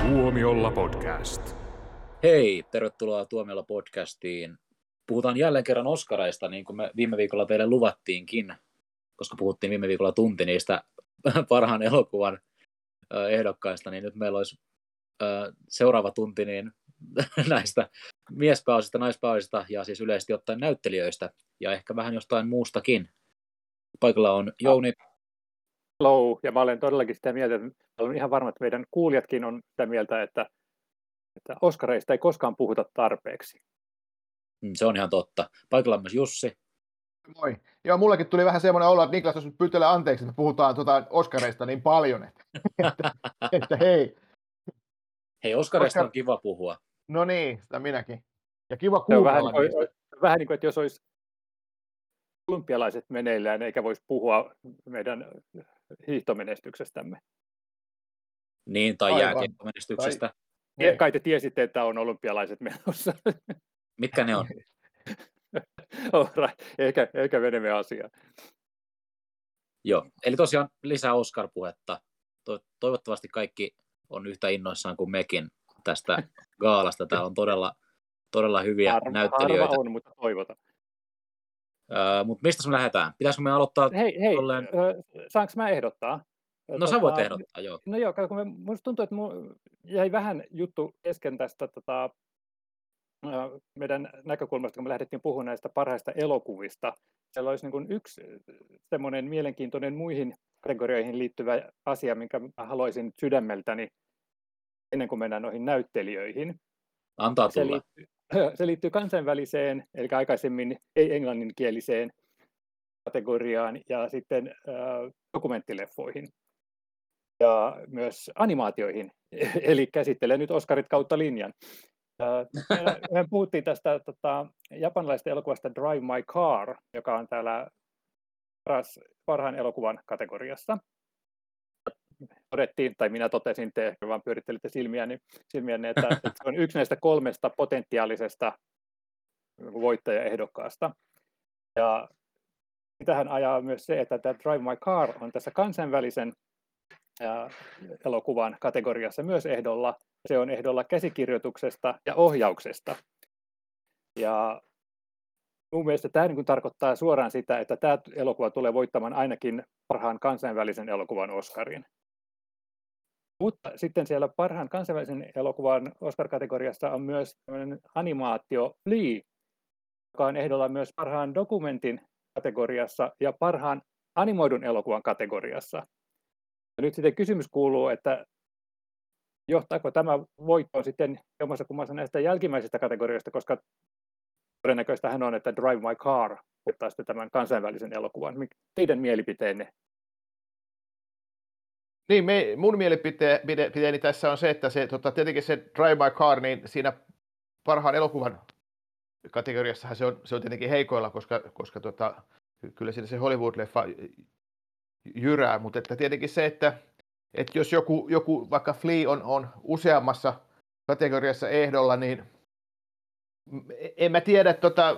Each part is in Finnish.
Tuomiolla podcast. Hei, tervetuloa Tuomiolla podcastiin. Puhutaan jälleen kerran Oscareista, niin kuin me viime viikolla teille luvattiinkin, koska puhuttiin viime viikolla tunti niistä parhaan elokuvan ehdokkaista, niin nyt meillä olisi seuraava tunti niin näistä miespääosista, naispääosista ja siis yleisesti ottaen näyttelijöistä ja ehkä vähän jostain muustakin. Paikalla on Jouni. Hello, ja mä olen todellakin sitä mieltä, että olen ihan varma, että meidän kuulijatkin on sitä mieltä, että Oscareista ei koskaan puhuta tarpeeksi. Se on ihan totta. Paikalla on myös Jussi. Moi. Joo, mullekin tuli vähän semmoinen olo, että Niklas, jos nyt pyytelee anteeksi, että me puhutaan Oscareista niin paljon, että hei. Hei, Oscareista on kiva puhua. No niin, sitä minäkin. Ja kiva kuunnella niistä. Vähän niin kuin, että jos olisi olympialaiset meneillään, eikä voisi puhua meidän hiihtomenestyksestämme. Niin, tai jääkiekkomenestyksestä. Kai te tiesitte, että on olympialaiset menossa. Mitkä ne on? Eikä menemme asiaan. Joo, eli tosiaan lisää Oscar-puhetta. Toivottavasti kaikki on yhtä innoissaan kuin mekin tästä gaalasta. Täällä on todella hyviä näyttelijöitä. Harva on, mutta toivotaan. Mutta mistä me lähdetään? Pitäisikö me aloittaa? Hei, saanko mä ehdottaa? No sä voit ehdottaa, joo. No joo, kun musta tuntuu, että jäi vähän juttu kesken tästä meidän näkökulmasta, kun me lähdettiin puhumaan näistä parhaista elokuvista. Siellä olisi niin kuin yksi semmoinen mielenkiintoinen muihin kategorioihin liittyvä asia, minkä mä haluaisin sydämeltäni ennen kuin mennään noihin näyttelijöihin. Antaa tulla. Se liittyy kansainväliseen, eli aikaisemmin ei-englanninkieliseen kategoriaan ja sitten dokumenttileffoihin ja myös animaatioihin, eli käsittelee nyt Oscarit kautta linjan. Me puhuttiin tästä japanilaisesta elokuvasta Drive My Car, joka on täällä parhaan elokuvan kategoriassa. Todettiin, tai minä totesin, te vaan pyörittelitte silmiänne, että se on yksi näistä 3 potentiaalisesta voittajaehdokkaasta. Ja tähän ajaa myös se, että tämä Drive My Car on tässä kansainvälisen elokuvan kategoriassa myös ehdolla. Se on ehdolla käsikirjoituksesta ja ohjauksesta. Ja mun mielestä tämä niin tarkoittaa suoraan sitä, että tämä elokuva tulee voittamaan ainakin parhaan kansainvälisen elokuvan Oscarin. Mutta sitten siellä parhaan kansainvälisen elokuvan Oscar-kategoriassa on myös animaatio Flea, joka on ehdolla myös parhaan dokumentin kategoriassa ja parhaan animoidun elokuvan kategoriassa. Ja nyt sitten kysymys kuuluu, että johtaako tämä voitto sitten jommassa kummassa näistä jälkimmäisistä kategorioista, koska todennäköistähän on, että Drive My Car voittaa sitten tämän kansainvälisen elokuvan. Teidän mielipiteenne? Niin, mun mielipiteeni tässä on se, että tietenkin se Drive My Car, niin siinä parhaan elokuvan kategoriassahan se on tietenkin heikoilla, koska kyllä siinä se Hollywood-leffa jyrää, mutta että tietenkin se, että jos joku vaikka Flea on useammassa kategoriassa ehdolla, niin en mä tiedä,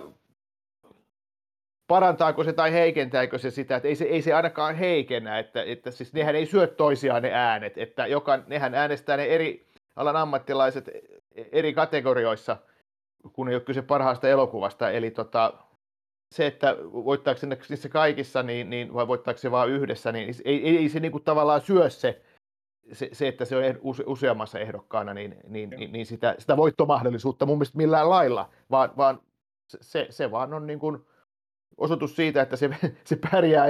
parantaako se tai heikentääkö se sitä, että ei se ainakaan heikennä, että siis nehän ei syö toisiaan ne äänet, että nehän äänestää ne eri alan ammattilaiset eri kategorioissa, kun ei ole kyse parhaasta elokuvasta, eli se, että voittaako se niissä kaikissa, niin vai voittaako se vaan yhdessä, niin ei se niin kuin tavallaan syö se, että se on useammassa ehdokkaana, niin sitä voittomahdollisuutta mun mielestä millään lailla, vaan se vaan on niin kuin osoitus siitä, että se pärjää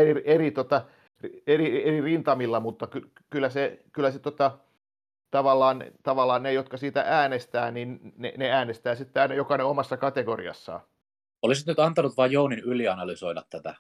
eri rintamilla, mutta kyllä se tavallaan ne, jotka siitä äänestää, niin ne äänestää sitten aina jokainen omassa kategoriassaan. Olisit nyt antanut vain Jounin ylianalysoida tätä.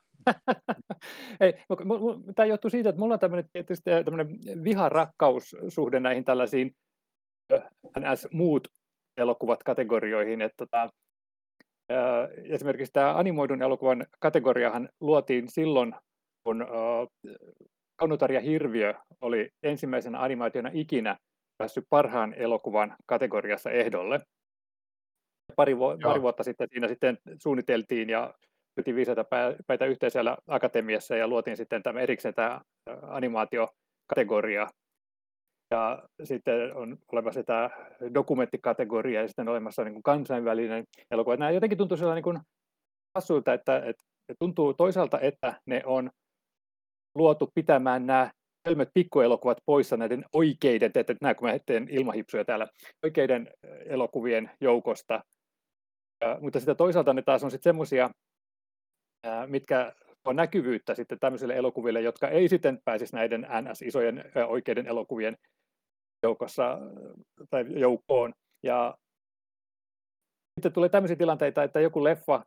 Tämä johtuu siitä, että mulla on tämmöinen viha-rakkaussuhde näihin tällaisiin muut elokuvat kategorioihin. Että esimerkiksi tämä animoidun elokuvan kategoriahan luotiin silloin, kun Kaunotar ja Hirviö oli ensimmäisenä animaationa ikinä päässyt parhaan elokuvan kategoriassa ehdolle. Pari vuotta sitten siinä sitten suunniteltiin ja piti viisata päitä yhteen siellä akatemiassa ja luotiin sitten erikseen tämä animaatiokategoria. Ja sitten on olemassa tämä dokumenttikategoria ja sitten on olemassa niin kuin kansainvälinen elokuva. Nämä jotenkin tuntuu sellainen niin kuin hassulta, että tuntuu toisaalta, että ne on luotu pitämään nämä hölmöt pikkuelokuvat poissa näiden oikeiden, että nämä kun mä teen ilmahipsuja täällä, oikeiden elokuvien joukosta. Mutta sitten toisaalta ne taas on sitten semmoisia, mitkä on näkyvyyttä sitten tämmöisille elokuville, jotka ei sitten pääsisi näiden NS-isojen oikeiden elokuvien joukossa tai joukkoon. Ja sitten tulee tämmöisiä tilanteita, että joku leffa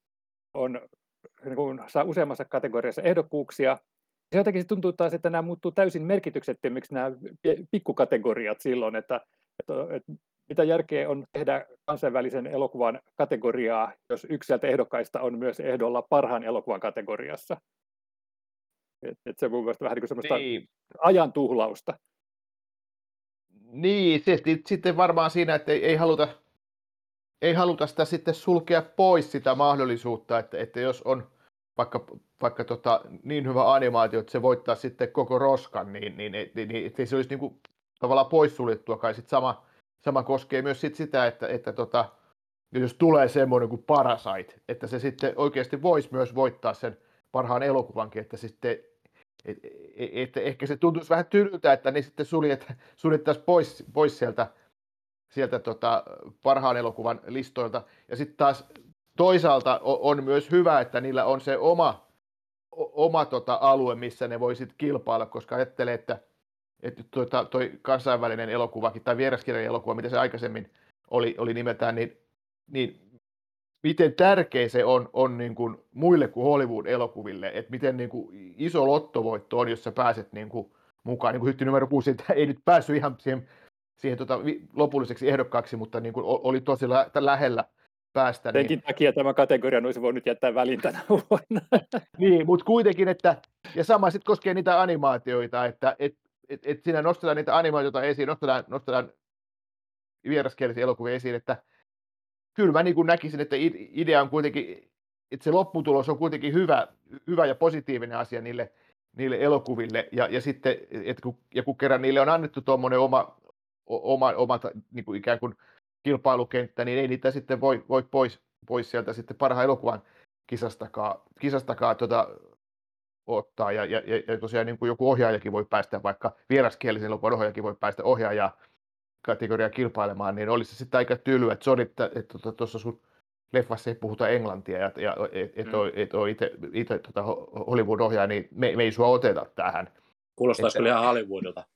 saa useammassa kategoriassa ehdokkuuksia. Se jotenkin tuntuu taas, että nämä muuttuu täysin merkityksettömiksi nämä pikkukategoriat silloin, että mitä järkeä on tehdä kansainvälisen elokuvan kategoriaa, jos yksi sieltä ehdokkaista on myös ehdolla parhaan elokuvan kategoriassa. Se on mun mielestä vähän niin kuin semmoista ajan tuhlausta. Niin, sitten varmaan siinä, että ei haluta sitä sitten sulkea pois sitä mahdollisuutta, että jos on vaikka niin hyvä animaatio, että se voittaa sitten koko roskan, niin ettei se olisi niin kuin tavallaan poissuljettua kai. Sitten sama koskee myös sitä, että jos tulee semmoinen kuin Parasite, että se sitten oikeasti voisi myös voittaa sen parhaan elokuvankin, että sitten että ehkä se tuntuisi vähän tylyltä, että ne sitten suljettaisiin pois sieltä parhaan elokuvan listoilta. Ja sitten taas toisaalta on myös hyvä, että niillä on se oma alue, missä ne voi sitten kilpailla, koska ajattelee, että toi kansainvälinen elokuvakin tai vieraskielinen elokuva, mitä se aikaisemmin oli nimeltään, niin miten tärkeä se on niin kuin muille kuin Hollywood-elokuville, että miten niin kuin iso lottovoitto on, jos sä pääset niin kuin mukaan. Niin kuin Hytti numero 6, että ei nyt päässyt ihan siihen lopulliseksi ehdokkaaksi, mutta niin kuin oli tosi lähellä päästä. Senkin takia tämä kategoria olisi voinut jättää väliin tänä vuonna. Niin, mutta kuitenkin, ja sama sitten koskee niitä animaatioita, että siinä nostetaan niitä animaatioita esiin, nostetaan vieraskielisiä elokuvia esiin, että kyllä mä niin kuin näkisin, että idea on kuitenkin, että se lopputulos on kuitenkin hyvä ja positiivinen asia niille elokuville, ja sitten, kun kerran niille on annettu tuommoinen oma niin kuin ikään kuin kilpailukenttä, niin ei niitä sitten voi pois sieltä sitten parhaan elokuvan kisastakaan ottaa, ja tosiaan niin kuin joku ohjaajakin voi päästä, vaikka vieraskielisen elokuvan ohjaajakin voi päästä ohjaajaa kategoriaa kilpailemaan, niin olisi se sitten aika tylyä, että sori, että tuossa sun leffassa ei puhuta englantia, ja et ole itse Hollywood-ohjaaja, niin me ei sua oteta tähän. Kuulostaisi kyllä ihan Hollywoodilta.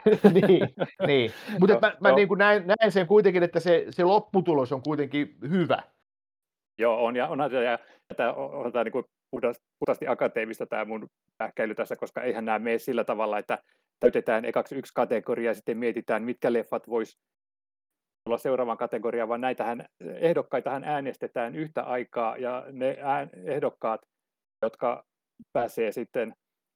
niin. Mutta mä niin kuin näen sen kuitenkin, että se lopputulos on kuitenkin hyvä. Joo, on, ja onhan tämä niin kuin puhtaasti akateemista tämä mun pähkäily tässä, koska eihän nämä mene sillä tavalla, että täytetään ekaksi yksi kategoria ja sitten mietitään, mitkä leffat vois olla seuraavan kategoriaan, vaan näitähän ehdokkaitahan äänestetään yhtä aikaa, ja ne ehdokkaat, jotka pääsee sitten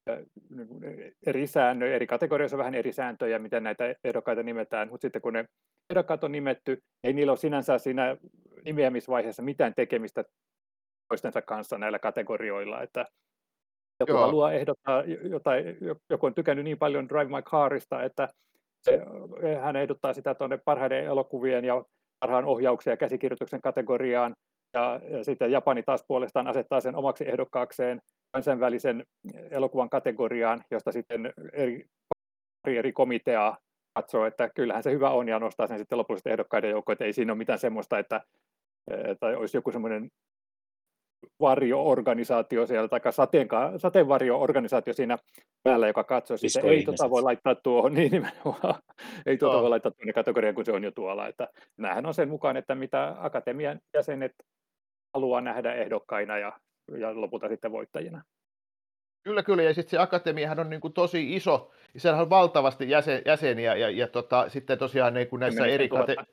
eri säännöjä, eri kategorioissa on vähän eri sääntöjä, miten näitä ehdokkaita nimetään, mutta sitten kun ne ehdokkaat on nimetty, ei niillä ole sinänsä siinä nimeämisvaiheessa mitään tekemistä toistensa kanssa näillä kategorioilla, että joku haluaa ehdottaa joku on tykännyt niin paljon Drive My Carista, että hän ehdottaa sitä tuonne parhaiden elokuvien ja parhaan ohjauksen ja käsikirjoituksen kategoriaan, ja sitten Japani taas puolestaan asettaa sen omaksi ehdokkaakseen kansainvälisen elokuvan kategoriaan, josta sitten eri komiteaa katsoo, että kyllähän se hyvä on, ja nostaa sen sitten lopullisesti ehdokkaiden joukkoon, että ei siinä ole mitään semmoista, että olisi joku semmoinen varjo-organisaatio siellä, tai sateenvarjo-organisaatio siinä päällä, joka katsoo sitä, ei voi laittaa tuohon, niin nimenomaan, ei voi laittaa tuonne kategoriaan, kun se on jo tuolla, että näähän on sen mukaan, että mitä akatemian jäsenet haluaa nähdä ehdokkaina ja lopulta sitten voittajina. Kyllä, ja sitten se akatemiahan on niin kuin tosi iso, ja siellä on valtavasti jäseniä, ja sitten tosiaan niin kuin näissä eri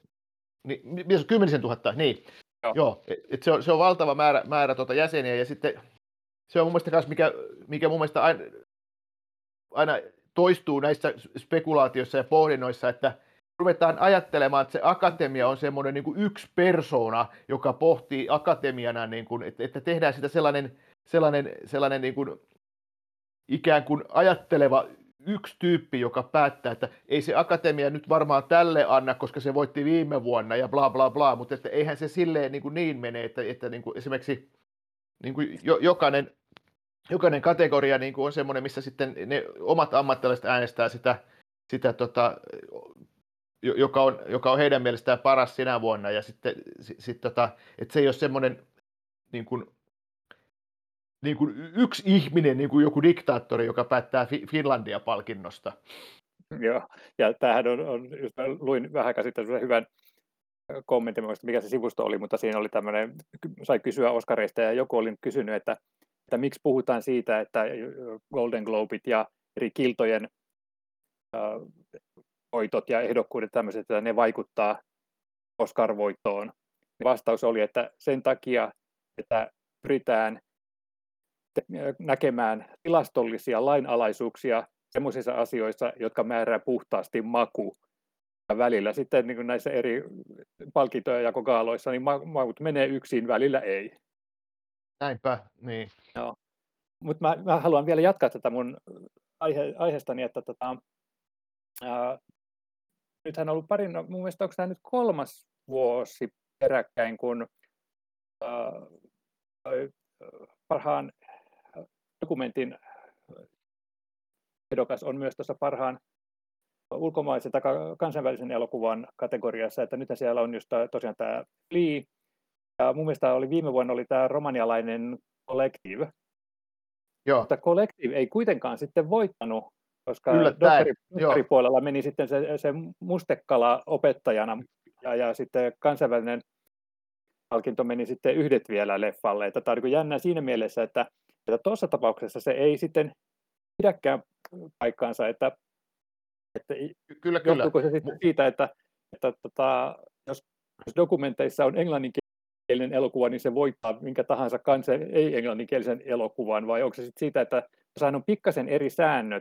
10 000, niin. Joo, se on valtava määrä jäseniä, ja sitten se on mun mielestä myös, mikä mun mielestä aina toistuu näissä spekulaatioissa ja pohdinnoissa, että ruvetaan ajattelemaan, että se akatemia on semmoinen niin kuin yksi persoona, joka pohtii akatemiana, niin kuin, että tehdään sitä sellainen niin kuin ikään kuin ajatteleva yksi tyyppi, joka päättää, että ei se akatemia nyt varmaan tälle anna, koska se voitti viime vuonna ja bla bla bla, mutta että eihän se silleen niin mene, että niin kuin esimerkiksi niin kuin jokainen kategoria niin kuin on semmoinen, missä sitten ne omat ammattilaiset äänestää sitä joka on heidän mielestään paras sinä vuonna, ja sitten että se ei ole semmoinen niin kuin yksi ihminen, niin kuin joku diktaattori, joka päättää Finlandia-palkinnosta. Joo, ja tämähän just mä luin vähän aikaa sitten hyvän kommentin, mikä se sivusto oli, mutta siinä oli tämmöinen, sai kysyä Oscareista, ja joku oli kysynyt, että miksi puhutaan siitä, että Golden Globet ja eri kiltojen voitot ja ehdokkuudet tämmöiset, että ne vaikuttaa Oscar-voittoon. Vastaus oli, että sen takia, että pyritään näkemään tilastollisia lainalaisuuksia sellaisissa asioissa, jotka määrää puhtaasti maku. Ja välillä sitten niin kuin näissä eri palkintoja jakogaaloissa, niin maut menee yksin, välillä ei. Näinpä, niin. Joo. Mutta mä haluan vielä jatkaa tätä mun aiheestani, että nythän on ollut mun mielestä onko tämä nyt 3. vuosi peräkkäin, kun parhaan dokumentin ehdokas on myös tuossa parhaan ulkomaisen tai kansainvälisen elokuvan kategoriassa, että nyt siellä on just tosiaan tämä Flea, ja mun mielestä viime vuonna oli tämä romanialainen Collective. Joo. Mutta Collective ei kuitenkaan sitten voittanut, koska doktoripuolella meni sitten se Mustekala opettajana, ja sitten kansainvälinen palkinto meni sitten Yhdet vielä leffalle. Tämä on niin jännä siinä mielessä, että tuossa tapauksessa se ei sitten pidäkään paikkaansa, että Kyllä. johtuuko se sitten siitä, että jos dokumenteissa on englanninkielinen elokuva, niin se voittaa minkä tahansa ei-englanninkielisen elokuvan, vai onko se sitten siitä, että sehän on pikkasen eri säännöt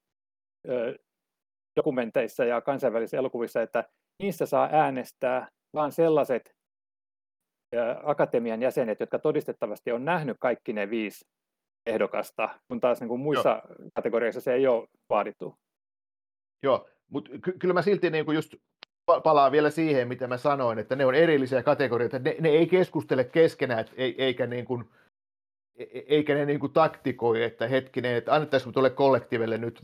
dokumenteissa ja kansainvälisissä elokuvissa, että niissä saa äänestää vain sellaiset akatemian jäsenet, jotka todistettavasti on nähnyt kaikki ne 5 ehdokasta, kun taas niin kuin muissa kategorioissa se ei ole vaadittu. Joo, mutta kyllä mä silti niin kuin just palaan vielä siihen, mitä mä sanoin, että ne on erillisiä kategorioita, ne ei keskustele keskenään, eikä ne niin kuin taktikoi, että hetkinen, että annettaisiinko tuolle kollektiiville nyt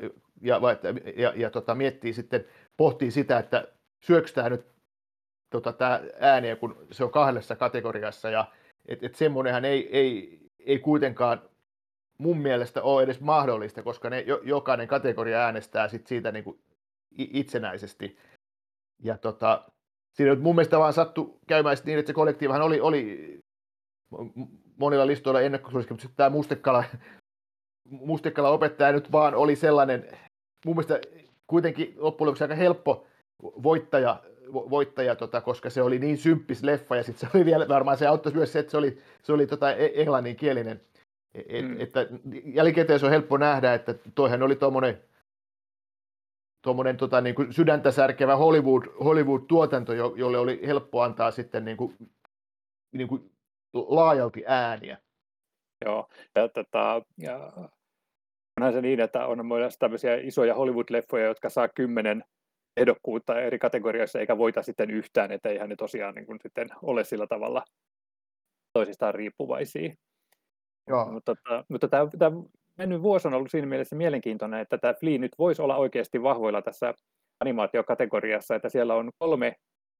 miettii sitten, pohtii sitä, että syökö tämä nyt tämä ääniä, kun se on 2 kategoriassa, ja että semmoinenhan ei kuitenkaan mun mielestä ole edes mahdollista, koska jokainen kategoria äänestää sit siitä niin kuin itsenäisesti. Ja siinä mun mielestä vaan sattui käymään niin, että se kollektiivahan oli monilla listoilla ennakkosuosiksi, mutta tämä Mustekala opettaja nyt vaan oli sellainen, mun mielestä kuitenkin loppujen lopuksi aika helppo voittaja koska se oli niin symppis leffa, ja sitten se oli vielä, varmaan se auttoi myös se, että se oli englanninkielinen. Että jälkikäteen se on helppo nähdä, että toihan oli tuommoinen niin kuin sydäntä särkevä Hollywood-tuotanto, jolle oli helppo antaa sitten niin kuin laajalti ääniä. Joo, ja onhan se niin, että on myös tämmöisiä isoja Hollywood-leffoja, jotka saa 10 ehdokkuutta eri kategorioissa, eikä voita sitten yhtään, että eihän ne tosiaan niin kuin sitten ole sillä tavalla toisistaan riippuvaisia. Joo. Mutta tämä mennyt vuosi on ollut siinä mielessä mielenkiintoinen, että tämä Flea nyt voisi olla oikeasti vahvoilla tässä animaatiokategoriassa, että siellä on 3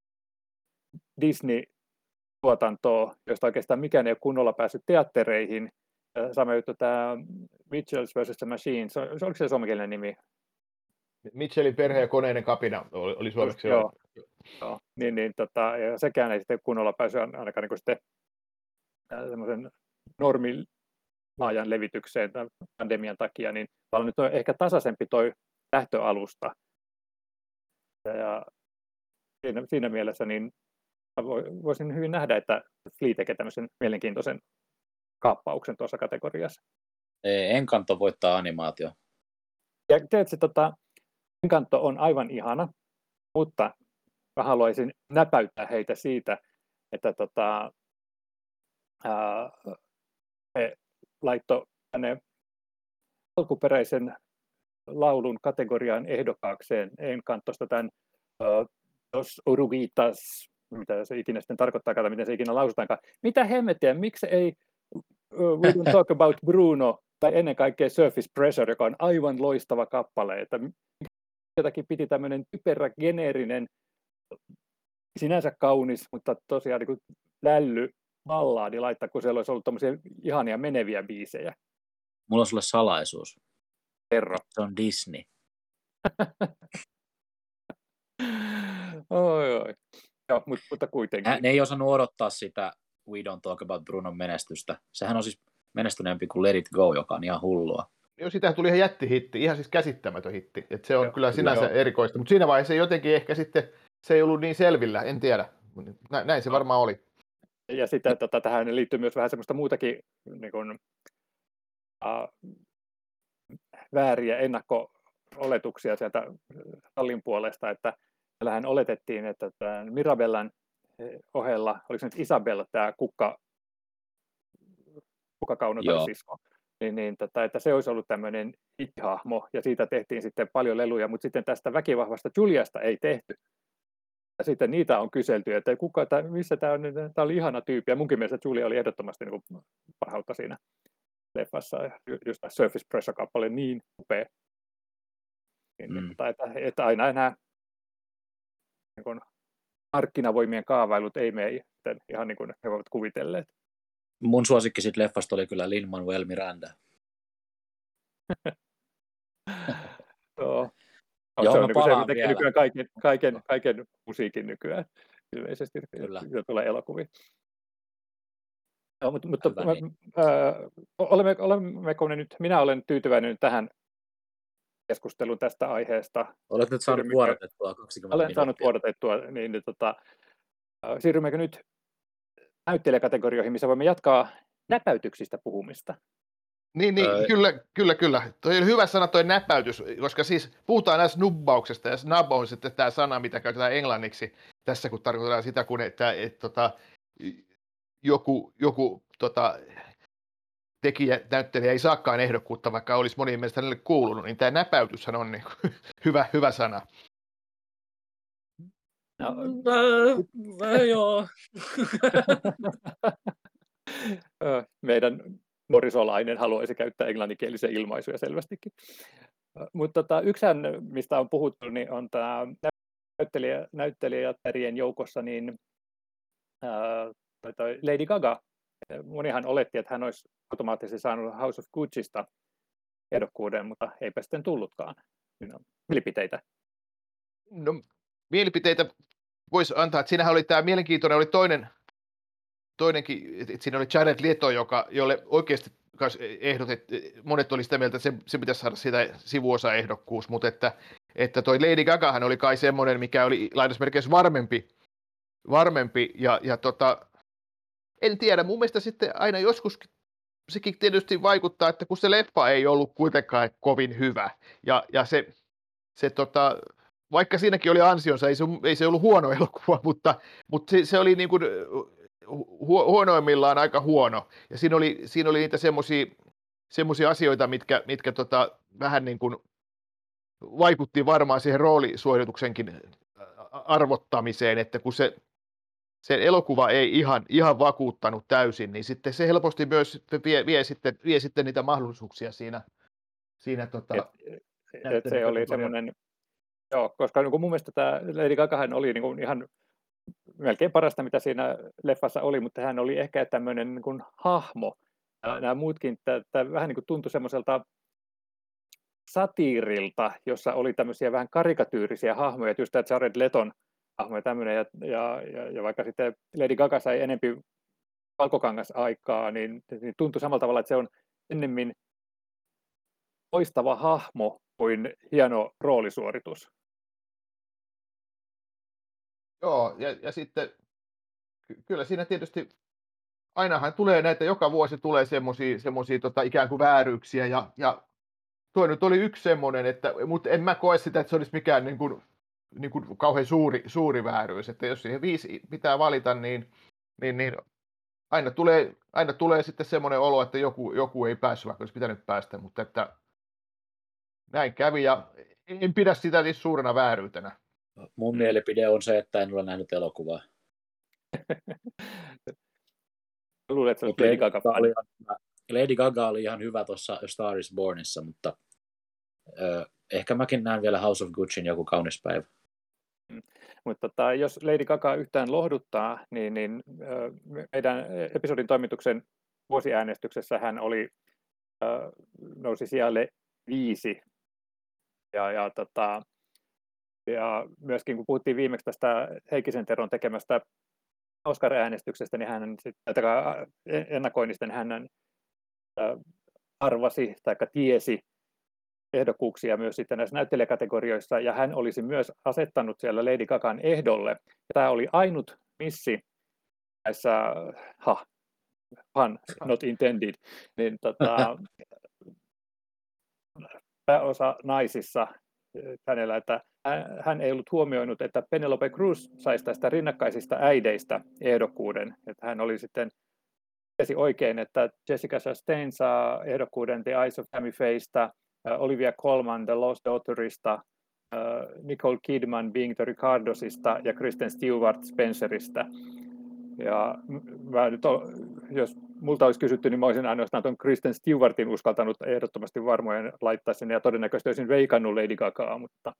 Disney-tuotantoa, josta oikeastaan mikään ei ole kunnolla päässyt teattereihin. Sama juttu tämä Mitchells vs. the Machines, oliko se suomenkielinen nimi? Mitchellin perhe ja koneinen kapina oli suomeksi. Joo. Ja sekään ei sitten kunnolla päässyt ainakaan niin sitten semmoisen normilaajan levitykseen tämän pandemian takia, niin on nyt ehkä tasaisempi toi lähtöalusta. Ja siinä mielessä niin voisin hyvin nähdä, että Flea tekee tämmöisen mielenkiintoisen kaappauksen tuossa kategoriassa. Encanto voittaa animaatio. Ja tietysti Encanto on aivan ihana, mutta mä haluaisin näpäyttää heitä siitä, että he laittoi tänne alkuperäisen laulun kategoriaan ehdokkaakseen. En kantosta tämän Dos Oruguitas, mitä se ikinä sitten tarkoittaa, miten se ikinä lausutaankaan. Mitä hemmettiä, miksi ei We Don't Talk About Bruno tai ennen kaikkea Surface Pressure, joka on aivan loistava kappale, että jotakin piti tämmöinen typerä, geneerinen, sinänsä kaunis, mutta tosiaan niin kuin lälly ballaadi laittaa, kun siellä olisi ollut tommosia ihania meneviä biisejä. Mulla on sulle salaisuus. Herro. Se on Disney. Oi. Joo, mutta kuitenkin. Ne ei osannut odottaa sitä We Don't Talk About Brunon menestystä. Sehän on siis menestyneempi kuin Let It Go, joka on ihan hullua. Joo, sitähän tuli ihan jättihitti, ihan siis käsittämätön hitti. Et se on Joo, kyllä sinänsä erikoista, mutta siinä vaiheessa jotenkin ehkä sitten se ei ollut niin selvillä, en tiedä. Näin se varmaan oli. Ja sitten tähän liittyy myös vähän semmoista muutakin niin kuin, vääriä ennakko-oletuksia sieltä Tallin puolesta, että täällähän oletettiin, että tämän Mirabellan ohella, oliko se nyt Isabel, tämä kukkakaunotarsisko, että se olisi ollut tämmöinen hahmo ja siitä tehtiin sitten paljon leluja, mutta sitten tästä väkivahvasta Juliasta ei tehty. Ja sitten niitä on kyselty, että missä tämä on, tämä oli ihana tyyppi, ja munkin mielestä Julia oli ehdottomasti niin kuin parhautta siinä leffassa, ja just tämä Surface Pressure-kappale niin upea. Että aina nämä niin markkinavoimien kaavailut ei mene ihan niin kuin he voivat kuvitelleet. Mun suosikki siitä leffasta oli kyllä Lin-Manuel Miranda. Joo. Joo, se mä on niin palaan se tekee vielä. nykyään kaiken musiikin nykyään ilmeisesti, mitä tulee elokuviin. No, mutta niin. Olemmeko nyt, minä olen tyytyväinen tähän keskusteluun tästä aiheesta. Olet nyt saanut vuodatettua 20 Olen minuuttia. saanut vuodatettua, siirrymmekö nyt näyttelijäkategorioihin, missä voimme jatkaa näpäytyksistä puhumista? Niin, kyllä. Toi oli hyvä sana toi näpäytys, koska siis puhutaan näistä snubbauksesta, ja snub on sitten tämä sana, mitä käytetään englanniksi tässä, kun tarkoitetaan sitä, kun joku tekijä, näyttelijä ei saakaan ehdokkuutta, vaikka olisi monien mielestä hänelle kuulunut, niin tämä näpäytyshän on niin hyvä sana. Joo. Meidän nuorisolainen haluaisi käyttää englanninkielisiä ilmaisuja selvästikin. Mutta yksi, mistä on puhuttu, niin on tämä näyttelijätärien joukossa niin, Lady Gaga. Monihan oletti, että hän olisi automaattisesti saanut House of Gucciista ehdokkuuden, mutta eipä sitten tullutkaan. Mielipiteitä? No, mielipiteitä voisi antaa, että siinähän oli tämä mielenkiintoinen, oli toinenkin, että siinä oli Jared Leto, jolle oikeasti monet oli sitä mieltä, että se pitäisi saada siitä sivuosaehdokkuus, mutta että toi Lady Gagahan oli kai semmoinen, mikä oli lainausmerkeissä varmempi ja en tiedä, mun mielestä sitten aina joskus sekin tietysti vaikuttaa, että kun se leffa ei ollut kuitenkaan kovin hyvä ja se vaikka siinäkin oli ansionsa, ei se ollut huono elokuva, mutta se oli niin kuin huonoimmillaan aika huono. Ja siinä oli niitä semmoisia asioita, mitkä vähän niin kuin vaikutti varmaan siihen roolisuorituksenkin arvottamiseen, että kun se elokuva ei ihan vakuuttanut täysin, niin sitten se helposti myös vie sitten niitä mahdollisuuksia siinä se oli semmoinen. Joo, koska niin mun mielestä tämä Lady Gagahan oli niin kuin ihan melkein parasta, mitä siinä leffassa oli, mutta hän oli ehkä tämmöinen niin kuin hahmo. Ja nämä muutkin, tämä vähän niin kuin tuntui semmoiselta satiirilta, jossa oli tämmöisiä vähän karikatyyrisiä hahmoja, että just tämä Jared Leton hahmo ja tämmöinen, ja vaikka sitten Lady Gaga sai enempi valkokangasaikaa, niin tuntui samalla tavalla, että se on ennemmin loistava hahmo kuin hieno roolisuoritus. Joo, ja sitten kyllä siinä tietysti ainahan tulee näitä, joka vuosi tulee semmoisia ikään kuin vääryyksiä, ja tuo nyt oli yksi semmoinen, mutta en mä koe sitä, että se olisi mikään niin kuin kauhean suuri vääryys, että jos siihen 5 pitää valita, niin aina tulee sitten semmoinen olo, että joku ei päässyt, vaikka olisi pitänyt päästä, mutta että näin kävi ja en pidä sitä niin suurena vääryytenä. Mun mielipide on se, että en ole nähnyt elokuvaa. Luulen, että se Mutta olisi Lady Gaga oli Lady Gaga oli ihan hyvä tuossa A Star is Bornissa, mutta ehkä mäkin näen vielä House of Gucciin joku kaunis päivä. Mutta jos Lady Gaga yhtään lohduttaa, niin meidän episodin toimituksen vuosiäänestyksessä hän nousi sijalle 5. Ja myöskin kun puhuttiin viimeksi tästä Heikkisen Teron tekemästä Oscar-äänestyksestä, niin ennakoinnista, niin hän arvasi tai tiesi ehdokkuuksia myös sitten näissä näyttelijäkategorioissa, ja hän olisi myös asettanut siellä Lady Gagan ehdolle. Ja tämä oli ainut missi näissä, pun not intended, niin pääosa naisissa hänellä, että hän ei ollut huomioinut, että Penelope Cruz saisi tästä rinnakkaisista äideistä ehdokkuuden. Että hän oli sitten tiesi oikein, että Jessica Chastain saa ehdokkuuden The Eyes of Tammy Fayestä, Olivia Colman The Lost Daughterista, Nicole Kidman Being the Ricardosista ja Kristen Stewart Spencerista. Ja jos multa olisi kysytty, niin mä olisin ainoastaan tuon Kristen Stewartin uskaltanut ehdottomasti varmojen laittaa sinne, ja todennäköisesti olisin veikannut Lady Gagaa,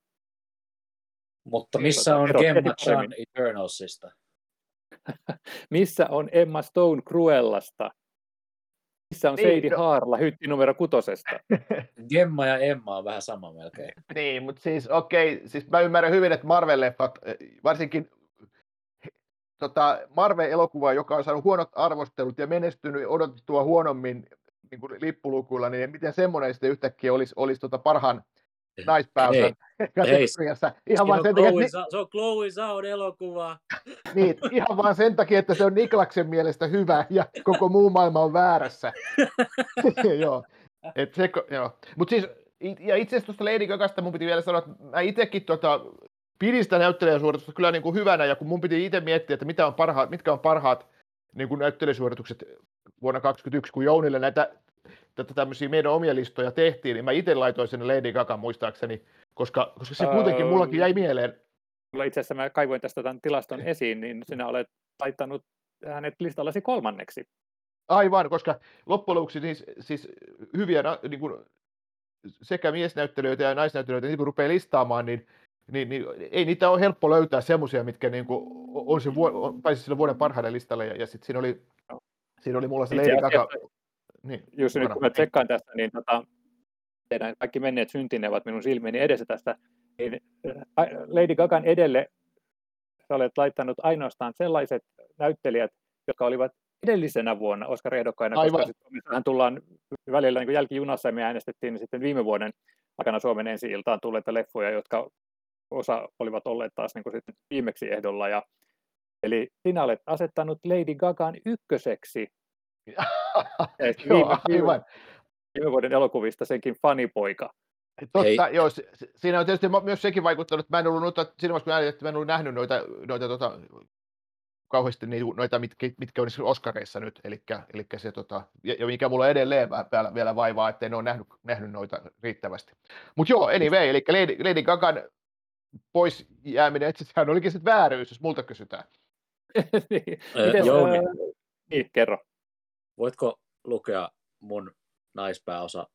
Mutta missä on Gemma Chan Eternalsista? Missä on Emma Stone Cruellasta? Missä on Sadie Haarla hytti numero 6? Gemma ja Emma on vähän sama melkein. Niin, mutta siis siis mä ymmärrän hyvin, että Marvel-leffat, varsinkin Marvel-elokuva, joka on saanut huonot arvostelut ja menestynyt odotettua huonommin niin kuin lippulukuilla, niin miten semmoinen sitten yhtäkkiä olisi parhaan naispääosan kategoriassa. Ihan vaan sen takia, se on Chloe Zhaon elokuva. Niin, ihan vaan sen takia, että se on Niklaksen mielestä hyvä ja koko muu maailma on väärässä. Joo. Mutta siis, ja itse asiassa tuosta Lady Gagasta mun piti vielä sanoa, että mä itsekin pidin sitä näyttelijäsuoritusta kyllä niin kuin hyvänä, ja kun mun piti itse miettiä, että mitkä on parhaat niin kuin näyttelijäsuoritukset vuonna 2021, kun Jounille näitä tämmöisiä meidän omia listoja tehtiin, niin mä itse laitoin sen Lady Gaga muistaakseni, koska se kuitenkin mullakin jäi mieleen. Itse asiassa mä kaivoin tästä tämän tilaston esiin, niin sinä olet laittanut hänet listallasi 3. Aivan, koska loppujen lopuksi siis hyviä niin kuin sekä miesnäyttelijöitä ja naisnäyttelijöitä niin kun rupeaa listaamaan, niin ei niitä ole helppo löytää semmoisia, mitkä niin kuin on pääsi sille vuoden parhaiden listalle, ja sitten siinä oli mulla se Lady Gaga. Niin, just nyt kun mä tsekkaan tästä, niin teidän kaikki menneet syntinne ovat minun silmieni edessä tästä, niin Lady Gagan edelle sä olet laittanut ainoastaan sellaiset näyttelijät, jotka olivat edellisenä vuonna Oscar-ehdokkaina, koska sitten tullaan välillä niin kuin jälkijunassa, ja me äänestettiin niin sitten viime vuoden aikana Suomen ensi-iltaan tulleita leffoja, jotka osa olivat olleet taas niin kuin sitten viimeksi ehdolla. Eli sinä olet asettanut Lady Gagan 1. Viime vuoden elokuvista senkin fanipoika. Totta, joo, siinä on tietysti myös sekin vaikuttanut, että mä en ollut siinä vaiheessa, kun mä en ollut nähnyt noita kauheasti noita, mitkä on Oscareissa nyt, eli se, ja mikä mulla edelleen vielä vaivaa, ettei ne ole nähnyt noita riittävästi. Mutta joo, anyway, eli Lady Gagan pois jääminen, että sehän olikin sitten vääryys, jos multa kysytään. Niin, kerro. Voitko lukea mun naispääosa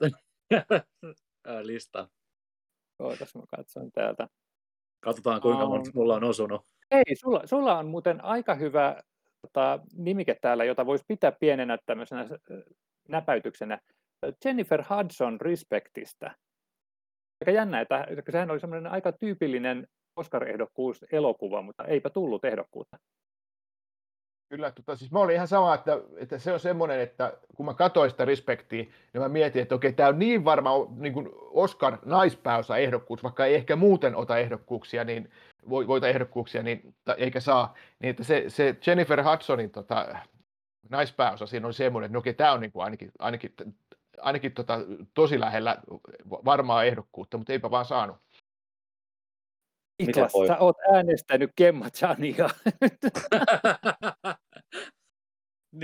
listan? Ootas, mä katson täältä. Katsotaan, kuinka monta mulla on osunut. Ei, sulla on muuten aika hyvä nimike täällä, jota voisi pitää pienenä tämmöisenä näpäytyksenä. Jennifer Hudson Respectista. Aika jännä, että sehän oli semmoinen aika tyypillinen Oscar-ehdokkuus elokuva, mutta eipä tullut ehdokkuutta. Kyllä, siis mä olin ihan sama, että se on semmoinen, että kun mä katsoin sitä Respectia, niin mä mietin, että okei, tämä on niin varma niin kuin Oscar naispääosa ehdokkuus, vaikka ei ehkä muuten ota ehdokkuuksia, niin voita ehdokkuuksia, niin, eikä saa, niin että se Jennifer Hudsonin naispääosa siinä on semmoinen, että okei, tämä on niin kuin ainakin tosi lähellä varmaa ehdokkuutta, mutta eipä vaan saanut. Niklas, sä oot äänestänyt Gemma Chania.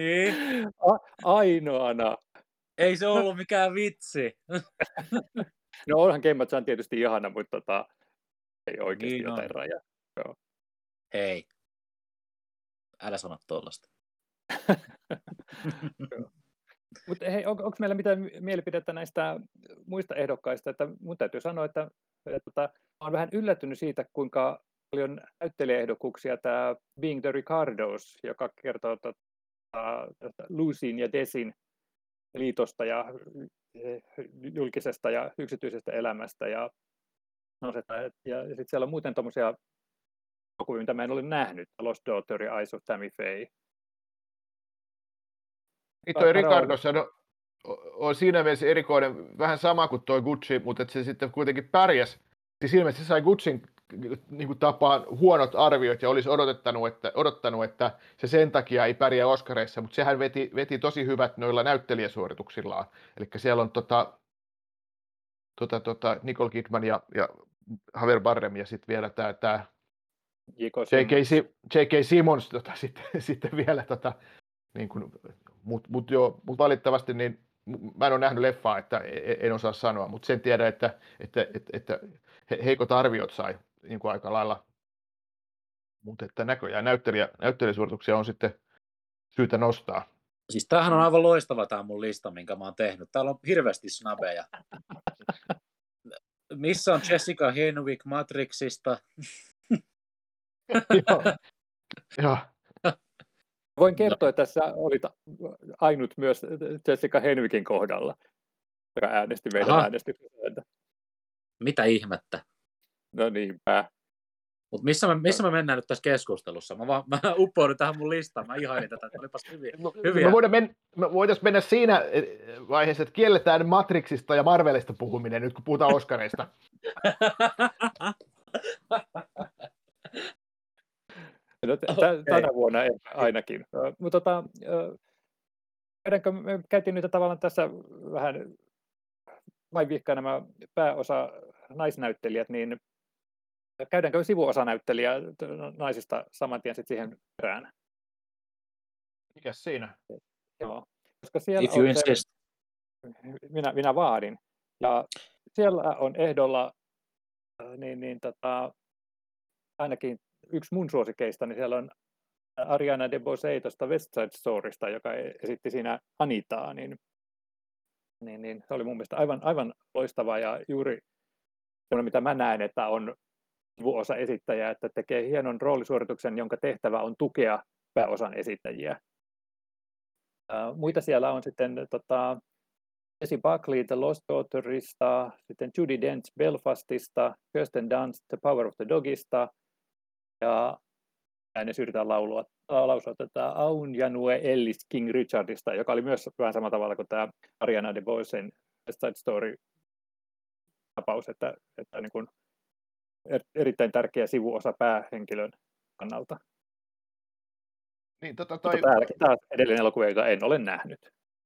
Niin. Ainoana. Ei se ollut mikään vitsi. No onhan Gemma-chan tietysti ihana, mutta ei oikeasti Niin jotain on. rajaa. Joo. Hei, älä sano tollasta. Mutta hei, onko meillä mitään mielipidettä näistä muista ehdokkaista? Että mun täytyy sanoa, että olen vähän yllättynyt siitä, kuinka paljon näyttelijäehdokkuuksia tämä Being the Ricardos, joka kertoo Lucyn ja Desin liitosta ja julkisesta ja yksityisestä elämästä. Ja sitten siellä on muuten tuommoisia elokuvia, mitä mä en ole nähnyt. Lost Daughter ja Eyes of Tammy Faye. Toi Ricardossa on siinä mielessä erikoinen, vähän sama kuin toi Gucci, mutta se sitten kuitenkin pärjäs. Siis ilmeisesti se sai Guccin niin kuin tapaan huonot arviot ja olisi odottanut, että se sen takia ei pärjää Oscareissa, mutta sehän veti tosi hyvät noilla näyttelijäsuorituksillaan. Eli siellä on Nicole Kidman ja Javier Bardem ja sitten vielä tämä J.K. Simmons sitten vielä niin kuin, mut valitettavasti niin mä en ole nähnyt leffaa, että en osaa sanoa, mutta sen tiedän, että heikot arviot sai niin kuin aika lailla, mutta että näköjään näyttelijäsuorituksia on sitten syytä nostaa. Siis tämähän on aivan loistava tämä mun lista, minkä mä oon tehnyt. Täällä on hirveästi snabeja. Missä on Jessica Henwick Matrixista? Joo. Voin kertoa, että tässä olit ainut myös Jessica Henwickin kohdalla, joka äänesti meidän äänestyksessä. Mitä ihmettä? No niinpä. Mutta missä me mennään nyt tässä keskustelussa? Mä uppoudun tähän mun listaan, mä ihailin tätä, että olipas hyviä. Me voitaisiin mennä siinä vaiheessa, että kielletään Matrixista ja Marvelista puhuminen nyt, kun puhutaan Oscareista. No, tänä vuonna ainakin. Mutta me käytiin nyt tavallaan tässä vähän vain viikkoa nämä pääosa naisnäyttelijät, niin käydäänkö sivuosanäyttelijä naisista saman tien sitten siihen perään? Mikäs siinä? Joo, koska siellä If you insist. Minä vaadin. Ja siellä on ehdolla ainakin yksi mun suosikeista, niin siellä on Ariana DeBose tuosta West Side Storysta, joka esitti siinä Anitaa, niin se oli mun mielestä aivan loistava ja juuri sellainen, mitä mä näen, että on sivuosa esittäjä, että tekee hienon roolisuorituksen, jonka tehtävä on tukea pääosan esittäjiä. Muita siellä on sitten Jessie Buckley The Lost Daughterista, sitten Judi Dench Belfastista, Kirsten Dunst The Power of the Dogista ja edes yritän lausua tätä Aun Janue Ellis King Richardista, joka oli myös vähän samalla tavalla kuin tämä Ariana DeBosen West Side Story tapaus, että niin kuin erittäin tärkeä sivuosa päähenkilön kannalta. Niin, Täälläkin taas edellinen elokuva, jota en ole nähnyt.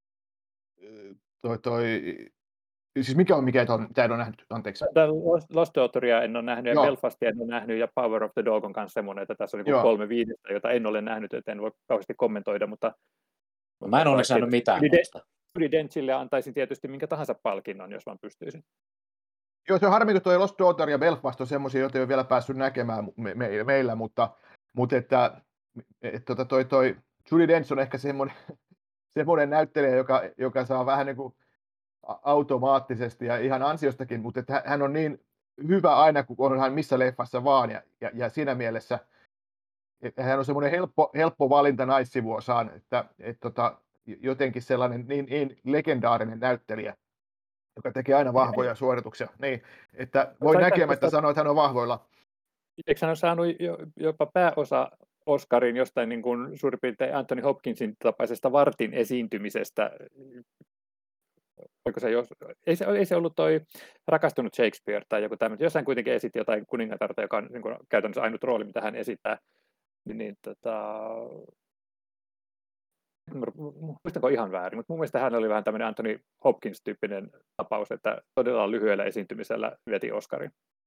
Siis mikä en ole nähnyt, anteeksi. Lost Daughteria en ole nähnyt ja Belfastia en ole nähnyt ja Power of the Dog on kanssa semmoinen, että tässä on niin 3 viidestä, jota en ole nähnyt, joten en voi kauheasti kommentoida, mutta mä en onneksi nähnyt mitään noista. Judi Denchille antaisin tietysti minkä tahansa palkinnon, jos vaan pystyisin. Joo, se on harmi, kun tuo Lost Daughter ja Belfast on semmoisia, joita ei ole vielä päässyt näkemään meillä, mutta että toi Judi Dench on ehkä semmoinen näyttelijä, joka saa vähän niin kuin automaattisesti ja ihan ansiostakin, mutta että hän on niin hyvä aina, kun on hän missä leffassa vaan, ja siinä mielessä että hän on semmoinen helppo valinta naissivuosaan, että jotenkin sellainen niin legendaarinen näyttelijä, joka tekee aina vahvoja suorituksia, niin, että voi näkemättä sanoa, että hän on vahvoilla. Eikö hän ole saanut jopa pääosa Oscarin jostain niin kuin suurin piirtein Anthony Hopkinsin tapaisesta vartin esiintymisestä? Ei se ollut toi Rakastunut Shakespeare tai joku tämmöinen. Jossain kuitenkin esitti jotain kuningatarta, joka on niin kuin käytännössä ainut rooli, mitä hän esittää. Muistanko ihan väärin, mutta mun mielestä hän oli vähän tämmöinen Anthony Hopkins-tyyppinen tapaus, että todella lyhyellä esiintymisellä veti Oscarin.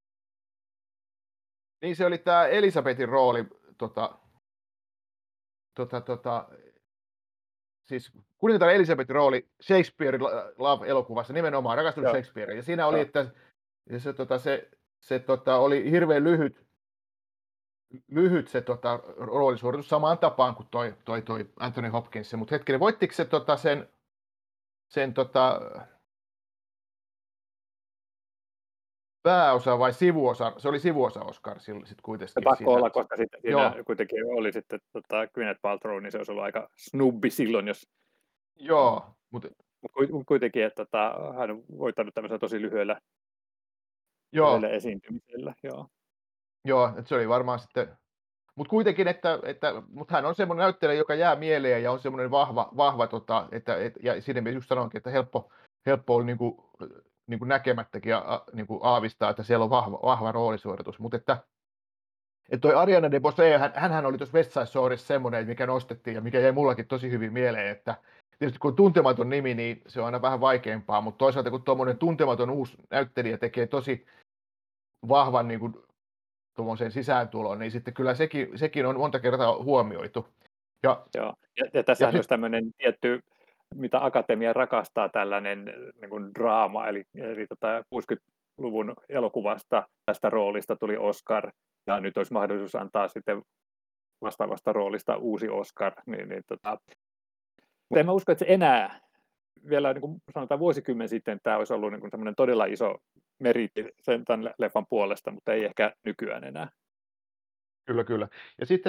Niin se oli tämä Elisabetin rooli siis kuningatar Elisabetin rooli Shakespeare Love-elokuvassa nimenomaan, rakastunut Joo. Shakespearea. Ja siinä oli, Joo. että se oli hirveän lyhyt se roolisuoritus samaan tapaan kuin toi Anthony Hopkins. Mutta hetkinen, voittiko se sen pääosa vai sivuosa? Se oli sivuosa Oscar sitten Se kuitenkin. pakko olla, koska sitten siinä Joo. kuitenkin oli sitten Gwyneth Paltrow, niin se olisi ollut aika snubbi silloin, jos Joo, mutta kuitenkin, että hän on voittanut tämmöisellä tosi lyhyellä esiintymisellä. Joo, että se oli varmaan sitten, mutta kuitenkin, mutta hän on semmoinen näyttelijä, joka jää mieleen ja on semmoinen vahva ja siinä mielessä just sanoinkin, että helppo oli niin kuin näkemättäkin niin kuin aavistaa, että siellä on vahva roolisuoritus, mutta että toi Ariana DeBose, hänhän oli tuossa West Side Storyssa semmoinen, mikä nostettiin ja mikä jäi mullakin tosi hyvin mieleen, että tietysti kun on tuntematon nimi, niin se on aina vähän vaikeampaa, mutta toisaalta kun tuommoinen tuntematon uusi näyttelijä tekee tosi vahvan niin kuin tuommoisen sisääntulon, niin sitten kyllä sekin on monta kertaa huomioitu. Joo. Ja tässä on tämmöinen tietty, mitä akatemia rakastaa, tällainen niin kuin draama, eli 60-luvun elokuvasta tästä roolista tuli Oscar, ja nyt olisi mahdollisuus antaa sitten vastaavasta roolista uusi Oscar. Mutta en mä usko, että se enää, vielä niin kuin sanotaan vuosikymmen sitten, tämä olisi ollut niin kuin semmoinen todella iso meriitti sen tämän leffan puolesta, mutta ei ehkä nykyään enää. Kyllä. Ja sitten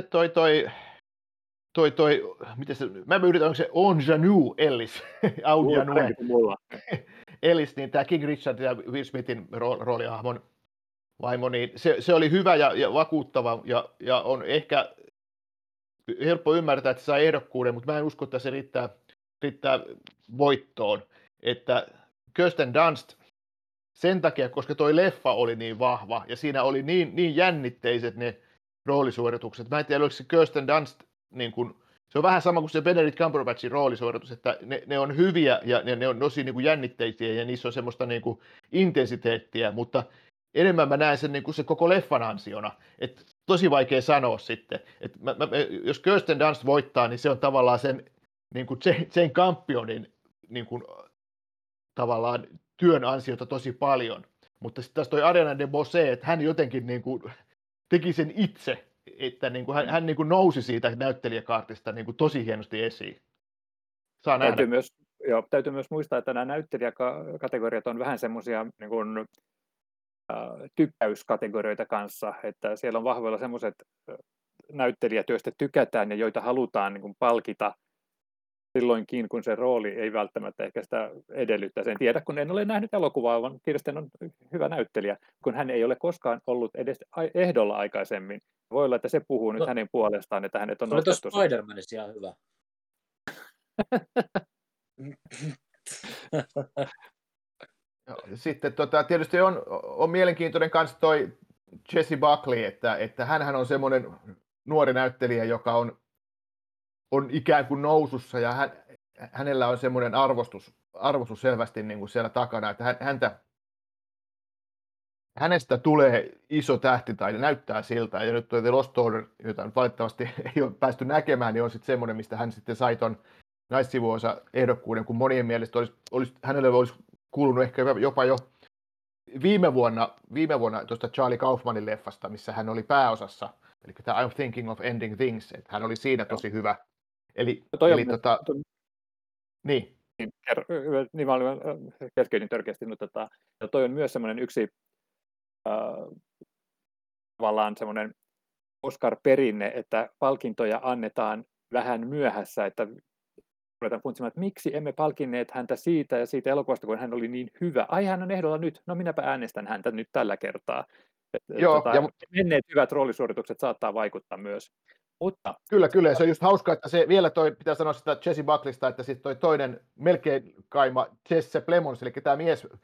miten se, mä yritän, onko se Ingenue Ellis, Ingenue Ellis, niin tämä King Richard ja Will Smithin roolihahmon vaimo, niin se oli hyvä ja vakuuttava ja on ehkä helppo ymmärtää, että se sai ehdokkuuden, mutta mä en usko, että se riittää voittoon. Että Kirsten Dunst sen takia, koska toi leffa oli niin vahva ja siinä oli niin jännitteiset ne roolisuoritukset. Mä en tiedä, oliko se Kirsten Dunst, niin kun, se on vähän sama kuin se Benedict Cumberbatchin roolisuoritus, että ne on hyviä ja ne on tosi niin kuin jännitteisiä ja niissä on semmoista niin kuin intensiteettiä, mutta enemmän mä näen sen, niin kuin se koko leffan ansiona. Et tosi vaikea sanoa sitten. Et jos Kirsten Dunst voittaa, niin se on tavallaan sen niin kuin Jane Campionin niin kuin, tavallaan työn ansiota tosi paljon. Mutta sitten taas toi Ariana DeBose, että hän jotenkin niin kuin teki sen itse, että niin kuin hän niin kuin nousi siitä näyttelijäkaartista niin kuin tosi hienosti esiin. Saa nähdä. Täytyy myös muistaa, että nämä näyttelijäkategoriat on vähän semmoisia niin kuin tykkäyskategorioita kanssa, että siellä on vahvoilla semmoiset näyttelijät, joista tykätään ja joita halutaan niin kuin palkita silloinkin, kun se rooli ei välttämättä ehkä sitä edellyttäisi. En tiedä, kun en ole nähnyt elokuvaa, vaan Kirsten on hyvä näyttelijä, kun hän ei ole koskaan ollut edes ehdolla aikaisemmin. Voi olla, että se puhuu nyt hänen puolestaan, että hänet on nostettu. Tuossa Spider-Manissa ihan hyvä. Sitten tietysti on mielenkiintoinen kanssa toi Jessie Buckley, että hänhän on semmoinen nuori näyttelijä, joka on ikään kuin nousussa ja hänellä on semmoinen arvostus selvästi niin kuin siellä takana, että hänestä tulee iso tähti tai näyttää siltä, ja nyt tuo The Lost Order, jota nyt valitettavasti ei ole päästy näkemään, niin on sitten semmoinen, mistä hän sitten sai ton naissivuosa ehdokkuuden, kun monien mielestä hänelle olisi kuulunut ehkä jopa jo viime vuonna tuosta Charlie Kaufmanin leffasta, missä hän oli pääosassa, eli tämä I'm Thinking of Ending Things, että hän oli siinä tosi hyvä. Niin mä olin keskeytin törkeästi, mutta toi on myös semmoinen yksi tavallaan semmoinen Oscar-perinne, että palkintoja annetaan vähän myöhässä, että ruvetaan funtsimaan, että miksi emme palkinneet häntä siitä ja siitä elokuvasta, kun hän oli niin hyvä. Ai, hän on ehdolla nyt, no minäpä äänestän häntä nyt tällä kertaa. Menneet hyvät roolisuoritukset saattaa vaikuttaa myös. Mutta Kyllä, se on just hauska, että se vielä pitää sanoa sitä Jessie Buckleysta, että sitten toi toinen melkein kaima Jesse Plemons, eli tämä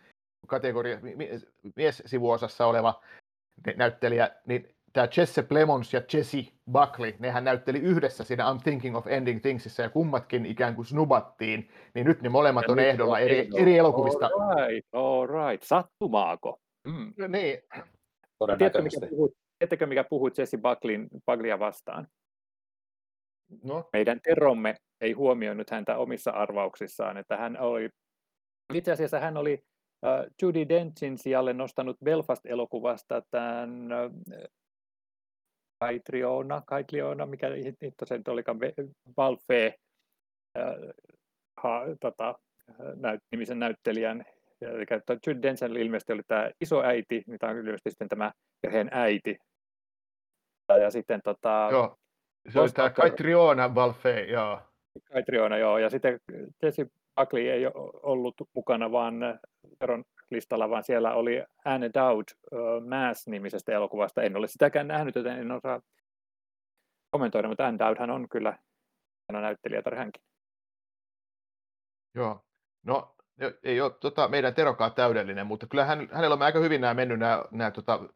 miessivuosassa oleva näyttelijä, niin tämä Jesse Plemons ja Jessie Buckley, nehän näytteli yhdessä siinä I'm Thinking of Ending Thingsissa ja kummatkin ikään kuin snubattiin, niin nyt ne molemmat on ehdolla eri elokuvista. All right. Sattumaako? Niin. Tiedättekö, mikä puhuu Jessie Buckleya vastaan? No, meidän Teromme ei huomioinut häntä omissa arvauksissaan, että itse asiassa hän oli Judi Denchin sijalle nostanut Belfast-elokuvasta tämän Caitriona, mikä hitto se nyt olikaan, Valfee, nimisen näyttelijän. Eli Judi Dench ilmeisesti oli tämä isoäiti, mitä on ilmeisesti sitten tämä perheen äiti. Ja sitten joo. Se oli tämä Caitriona Valfee, joo. Caitriona, joo. Ja sitten Jessie Buckley ei ollut mukana vaan Teron listalla, vaan siellä oli Anne Dowd Mass-nimisestä elokuvasta. En ole sitäkään nähnyt, joten en osaa kommentoida, mutta Anne Dowdhan on kyllä näyttelijätar hänkin. Joo. No, ei ole meidän Terokaan täydellinen, mutta kyllä hänellä on aika hyvin mennyt nämä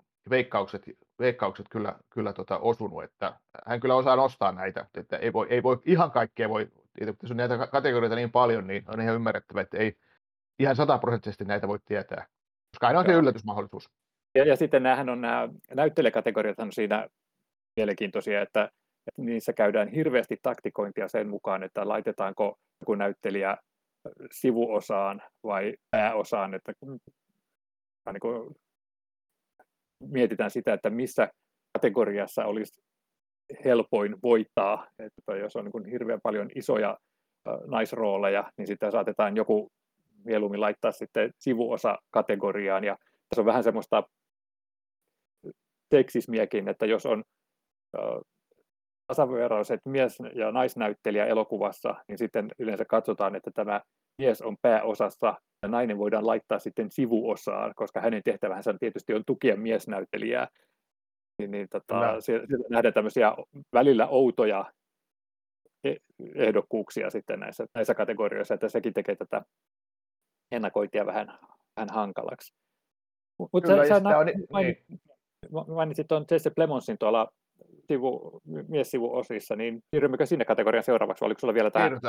veikkaukset kyllä osunut, että hän kyllä osaa nostaa näitä, että ei voi ihan kaikkea kun on näitä kategorioita niin paljon, niin on ihan ymmärrettävä, että ei ihan 100% näitä voi tietää, koska aina on se yllätysmahdollisuus. Ja sitten nämä näyttelijäkategoriat on siinä mielenkiintoisia, että niissä käydään hirveästi taktikointia sen mukaan, että laitetaanko joku näyttelijä sivuosaan vai pääosaan, että niin kuin mietitään sitä, että missä kategoriassa olisi helpoin voittaa, että jos on niin kuin hirveän paljon isoja naisrooleja, niin sitten saatetaan joku mieluummin laittaa sitten sivuosa-kategoriaan, ja tässä on vähän semmoista seksismiäkin, että jos on tasaveroiset mies- ja naisnäyttelijä elokuvassa, niin sitten yleensä katsotaan, että tämä mies on pääosassa ja nainen voidaan laittaa sitten sivuosaan, koska hänen tehtävänsä tietysti on tukia miesnäyttelijää. Siellä nähdään tämmöisiä välillä outoja ehdokkuuksia sitten näissä kategorioissa, että sekin tekee tätä ennakointia vähän hankalaksi. Mutta mainitsit tuon Jesse Plemonsin tuolla miessivuosissa, niin siirrymmekö sinne kategorian seuraavaksi, vai oliko sulla vielä tähän?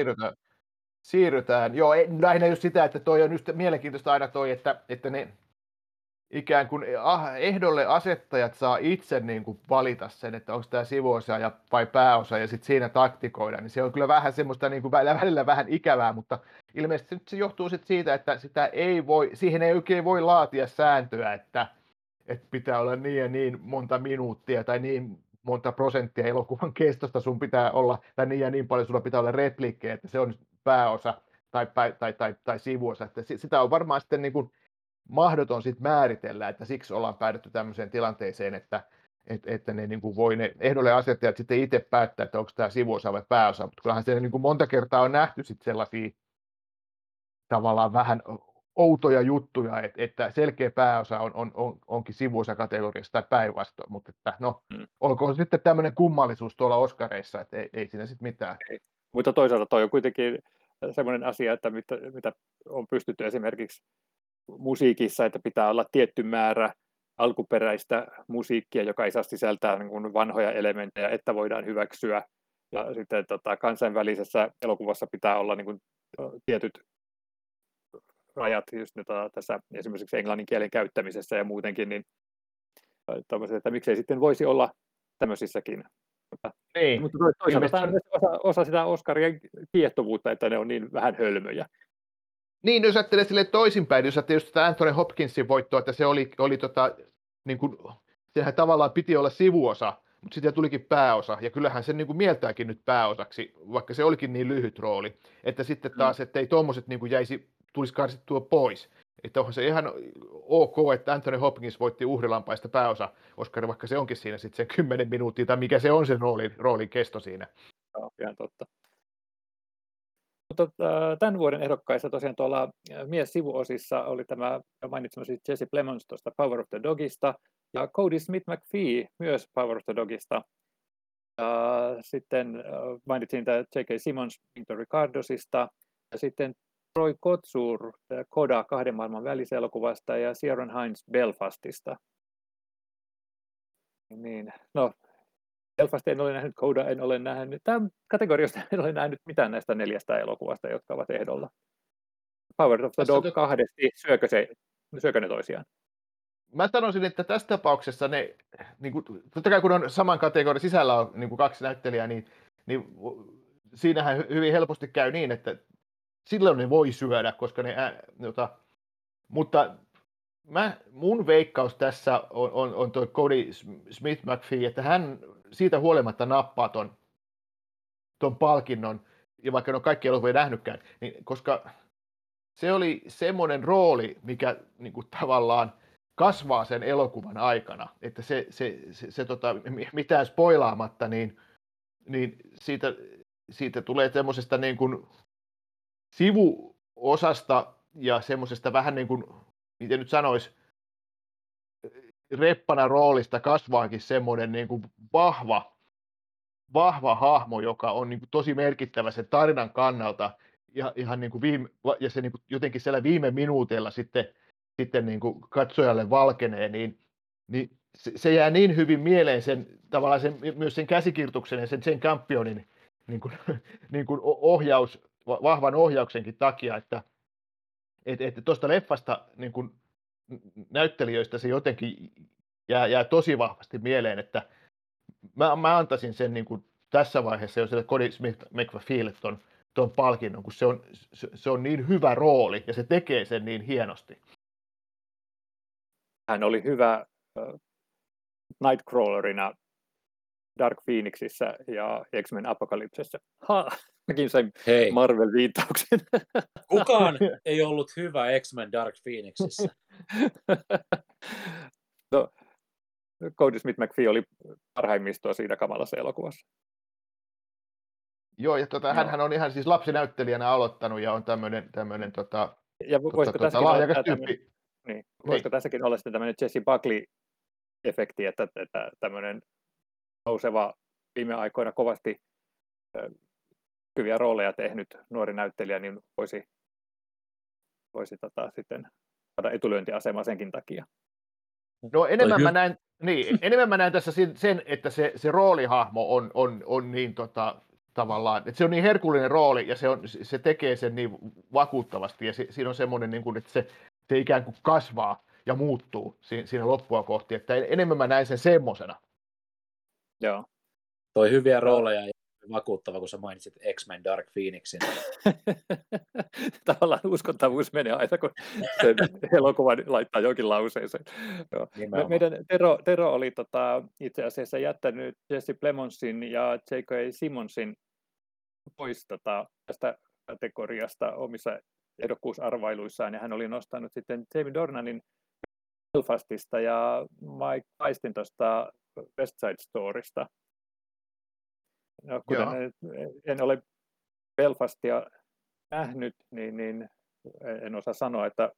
Siirrytään. Joo, lähinnä just sitä, että toi on just mielenkiintoista aina toi, että ne ikään kuin ehdolle asettajat saa itse niin kuin valita sen, että onko tämä sivuosa vai pääosa, ja sitten siinä taktikoida, niin se on kyllä vähän semmoista niin kuin välillä vähän ikävää, mutta ilmeisesti se johtuu sitten siitä, että siihen ei oikein voi laatia sääntöä, että pitää olla niin ja niin monta minuuttia tai niin monta prosenttia elokuvan kestosta sun pitää olla, tai niin ja niin paljon sulla pitää olla repliikkejä, että se on tai sivuosa. Että sitä on varmaan sitten niin kuin mahdoton sit määritellä, että siksi ollaan päädytty tämmöiseen tilanteeseen, että ne, niin kuin voi ne ehdolle asettajat sitten itse päättää, että onko tämä sivuosa vai pääosa, mutta kyllähän se niin kuin monta kertaa on nähty sitten sellaisia tavallaan vähän outoja juttuja, että selkeä pääosa onkin sivuosa kategoriassa tai päinvastoin, mutta että olkoon sitten tämmöinen kummallisuus tuolla Oscareissa, että ei siinä sitten mitään. Mutta toisaalta toi on kuitenkin semmoinen asia, että mitä on pystytty esimerkiksi musiikissa, että pitää olla tietty määrä alkuperäistä musiikkia, joka ei saa sisältää niin kuin vanhoja elementtejä, että voidaan hyväksyä. Ja sitten kansainvälisessä elokuvassa pitää olla niin kuin tietyt rajat just tässä esimerkiksi englannin kielen käyttämisessä ja muutenkin, niin että miksei sitten voisi olla tämmöisissäkin. Niin. Mutta toisaalta tämä on osa sitä Oscarien kiehtovuutta, että ne on niin vähän hölmöjä. Niin, jos ajattelee silleen toisinpäin, jos ajattelee just tätä Anthony Hopkinsin voittoa, että se oli niin kuin, sehän tavallaan piti olla sivuosa, mutta sitten tulikin pääosa, ja kyllähän se niin kuin mieltääkin nyt pääosaksi, vaikka se olikin niin lyhyt rooli, että sitten taas, ettei tommoset niin kuin tulisi karsittua pois. Että onhan se ihan ok, että Anthony Hopkins voitti Uhrilampaista pääosa Oscar, vaikka se onkin siinä sitten sen 10 minuuttia, tai mikä se on se roolin kesto siinä. Joo, ihan totta. Mutta tämän vuoden ehdokkaissa tosiaan tuolla mies-sivuosissa oli tämä mainitsemasi Jesse Plemons tuosta Power of the Dogista, ja Cody Smith-McPhee myös Power of the Dogista. Sitten mainitsin tämä J.K. Simmons Pinto Ricardosista, ja sitten Troy Kotsur Koda 2 maailman väliselokuvasta ja Ciarán Hinds Belfastista. Niin, no, Belfast en ole nähnyt, Koda en ole nähnyt. Tämän kategoriasta en ole nähnyt mitään näistä 4 elokuvasta, jotka ovat ehdolla. Power of the Dog 2, syökö ne toisiaan? Mä sanoisin, että tässä tapauksessa ne, niin kuin, totta kai kun on saman kategorian sisällä on niin kuin 2 näyttelijää, niin niin siinähän hyvin helposti käy niin, että silloin ne voi syödä, koska mutta mun veikkaus tässä on toi Cody Smith-McPhee, että hän siitä huolimatta nappaa ton palkinnon, ja vaikka ne on kaikki elokuvia nähnytkään, niin koska se oli semmoinen rooli, mikä niin kuin tavallaan kasvaa sen elokuvan aikana, että se mitään spoilaamatta, niin siitä tulee semmoisesta niin kuin sivuosasta ja semmoisesta vähän niin kuin, miten nyt sanoisi, reppana roolista kasvaakin semmoinen niin kuin vahva hahmo, joka on niin kuin tosi merkittävä sen tarinan kannalta, ja ihan niin kuin ja se niin kuin jotenkin siellä viime minuutilla sitten niin kuin katsojalle valkenee, niin se jää niin hyvin mieleen tavallaan myös sen käsikirjoituksen ja sen Championin niin kuin vahvan ohjauksenkin takia, että tuosta leffasta niin kuin näyttelijöistä se jotenkin jää tosi vahvasti mieleen, että mä antaisin sen niin kuin tässä vaiheessa jo sille Cody Smith-McPheelle ton palkinnon, kun se on niin hyvä rooli ja se tekee sen niin hienosti. Hän oli hyvä Nightcrawlerina Dark Phoenixissä ja X-Men Apocalypsessa. Mäkin sain Hei, Marvel-viittauksen. kukaan ei ollut hyvä X-Men Dark Phoenixissä. No, Cody Smith-McPhee oli parhaimmistoa siinä kamalassa elokuvassa. Joo, ja hänhän on ihan siis lapsinäyttelijänä aloittanut ja on tämmöinen Ja voisiko tässäkin lahjakas tyyppi. Voisiko tässäkin olla sitten tämmöinen Jesse Buckley-efekti, että tämmöinen nouseva viime aikoina kovasti hyviä rooleja tehnyt nuori näyttelijä, niin voisi sitten saada etulyöntiasemaa senkin takia. No enemmän mä näen tässä sen, että se roolihahmo on niin tavallaan, että se on niin herkullinen rooli ja se tekee sen niin vakuuttavasti ja siinä on semmoinen, niin kuin, että se ikään kuin kasvaa ja muuttuu siinä loppua kohti, että enemmän mä näen sen semmosena. Joo. Toi hyviä rooleja ja vakuuttava, kun sä mainitsit X-Men Dark Phoenixin. Tavallaan uskottavuus menee aina, kun sen elokuvan laittaa jokin lauseeseen. Meidän Tero oli itse asiassa jättänyt Jesse Plemonsin ja J.K. Simonsin pois tästä kategoriasta omissa ehdokkuusarvailuissaan, ja hän oli nostanut sitten Jamie Dornanin Belfastista ja Mike Weistin tuosta West Side Storysta. No, kuten en ole Belfastia nähnyt, niin en osaa sanoa, että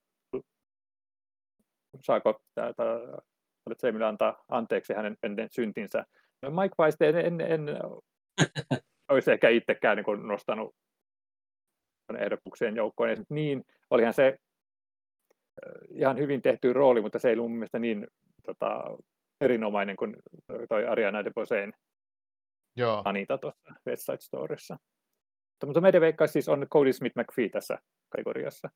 saako Jamie antaa anteeksi hänen syntinsä. No, Mike Weist en olisi ehkä itsekään niin nostanut ehdokkuuksien joukkoon. Niin, olihan se ihan hyvin tehty rooli, mutta se ei ollut mun mielestä niin erinomainen kuin toi Ariana DeBose'n Anita tuossa West Side Storyssa. Mutta meidän veikkaus siis on Cody Smith-McPhee tässä kategoriassa.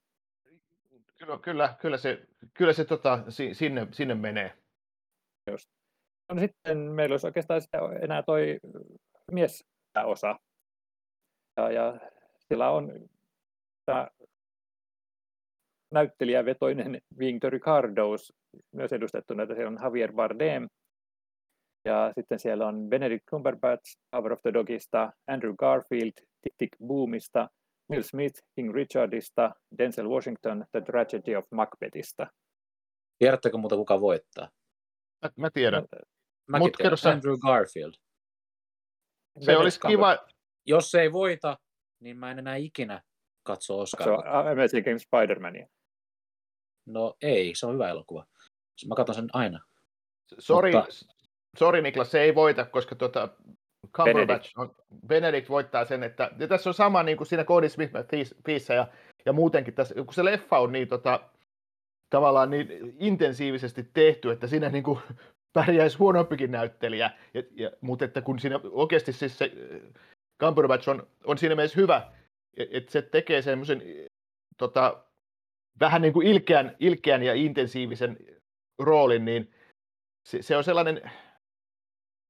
Kyllä se sinne menee. Just. No sitten meillä olisi oikeastaan enää toi miesosa. Ja sillä on tämä näyttelijävetoinen Wing the Ricardos myös edustettuna, että siellä on Javier Bardem. Ja sitten siellä on Benedict Cumberbatch Power of the Dogista, Andrew Garfield Tick Tick Boomista, Will Smith King Richardista, Denzel Washington The Tragedy of Macbethista. Tiedättekö muuta, kuka voittaa? Mä tiedän. Mäkin tiedän. Andrew Garfield. Se olisi kiva. Jos se ei voita, niin mä en enää ikinä katso Oscaria. Se on Amazing Spider-Mania. No ei, se on hyvä elokuva. Mä katson sen aina. Sori Niklas, se ei voita, koska Benedict voittaa sen, että ja tässä on sama niin kuin siinä Cody Smith-McPheessä ja muutenkin tässä, kun se leffa on niin tavallaan niin intensiivisesti tehty, että siinä niin kuin pärjäisi huonompikin näyttelijä, mutta että kun siinä oikeasti siis se Cumberbatch on siinä mielessä hyvä, että se tekee semmoisen vähän niin kuin ilkeän ja intensiivisen roolin, niin se on sellainen,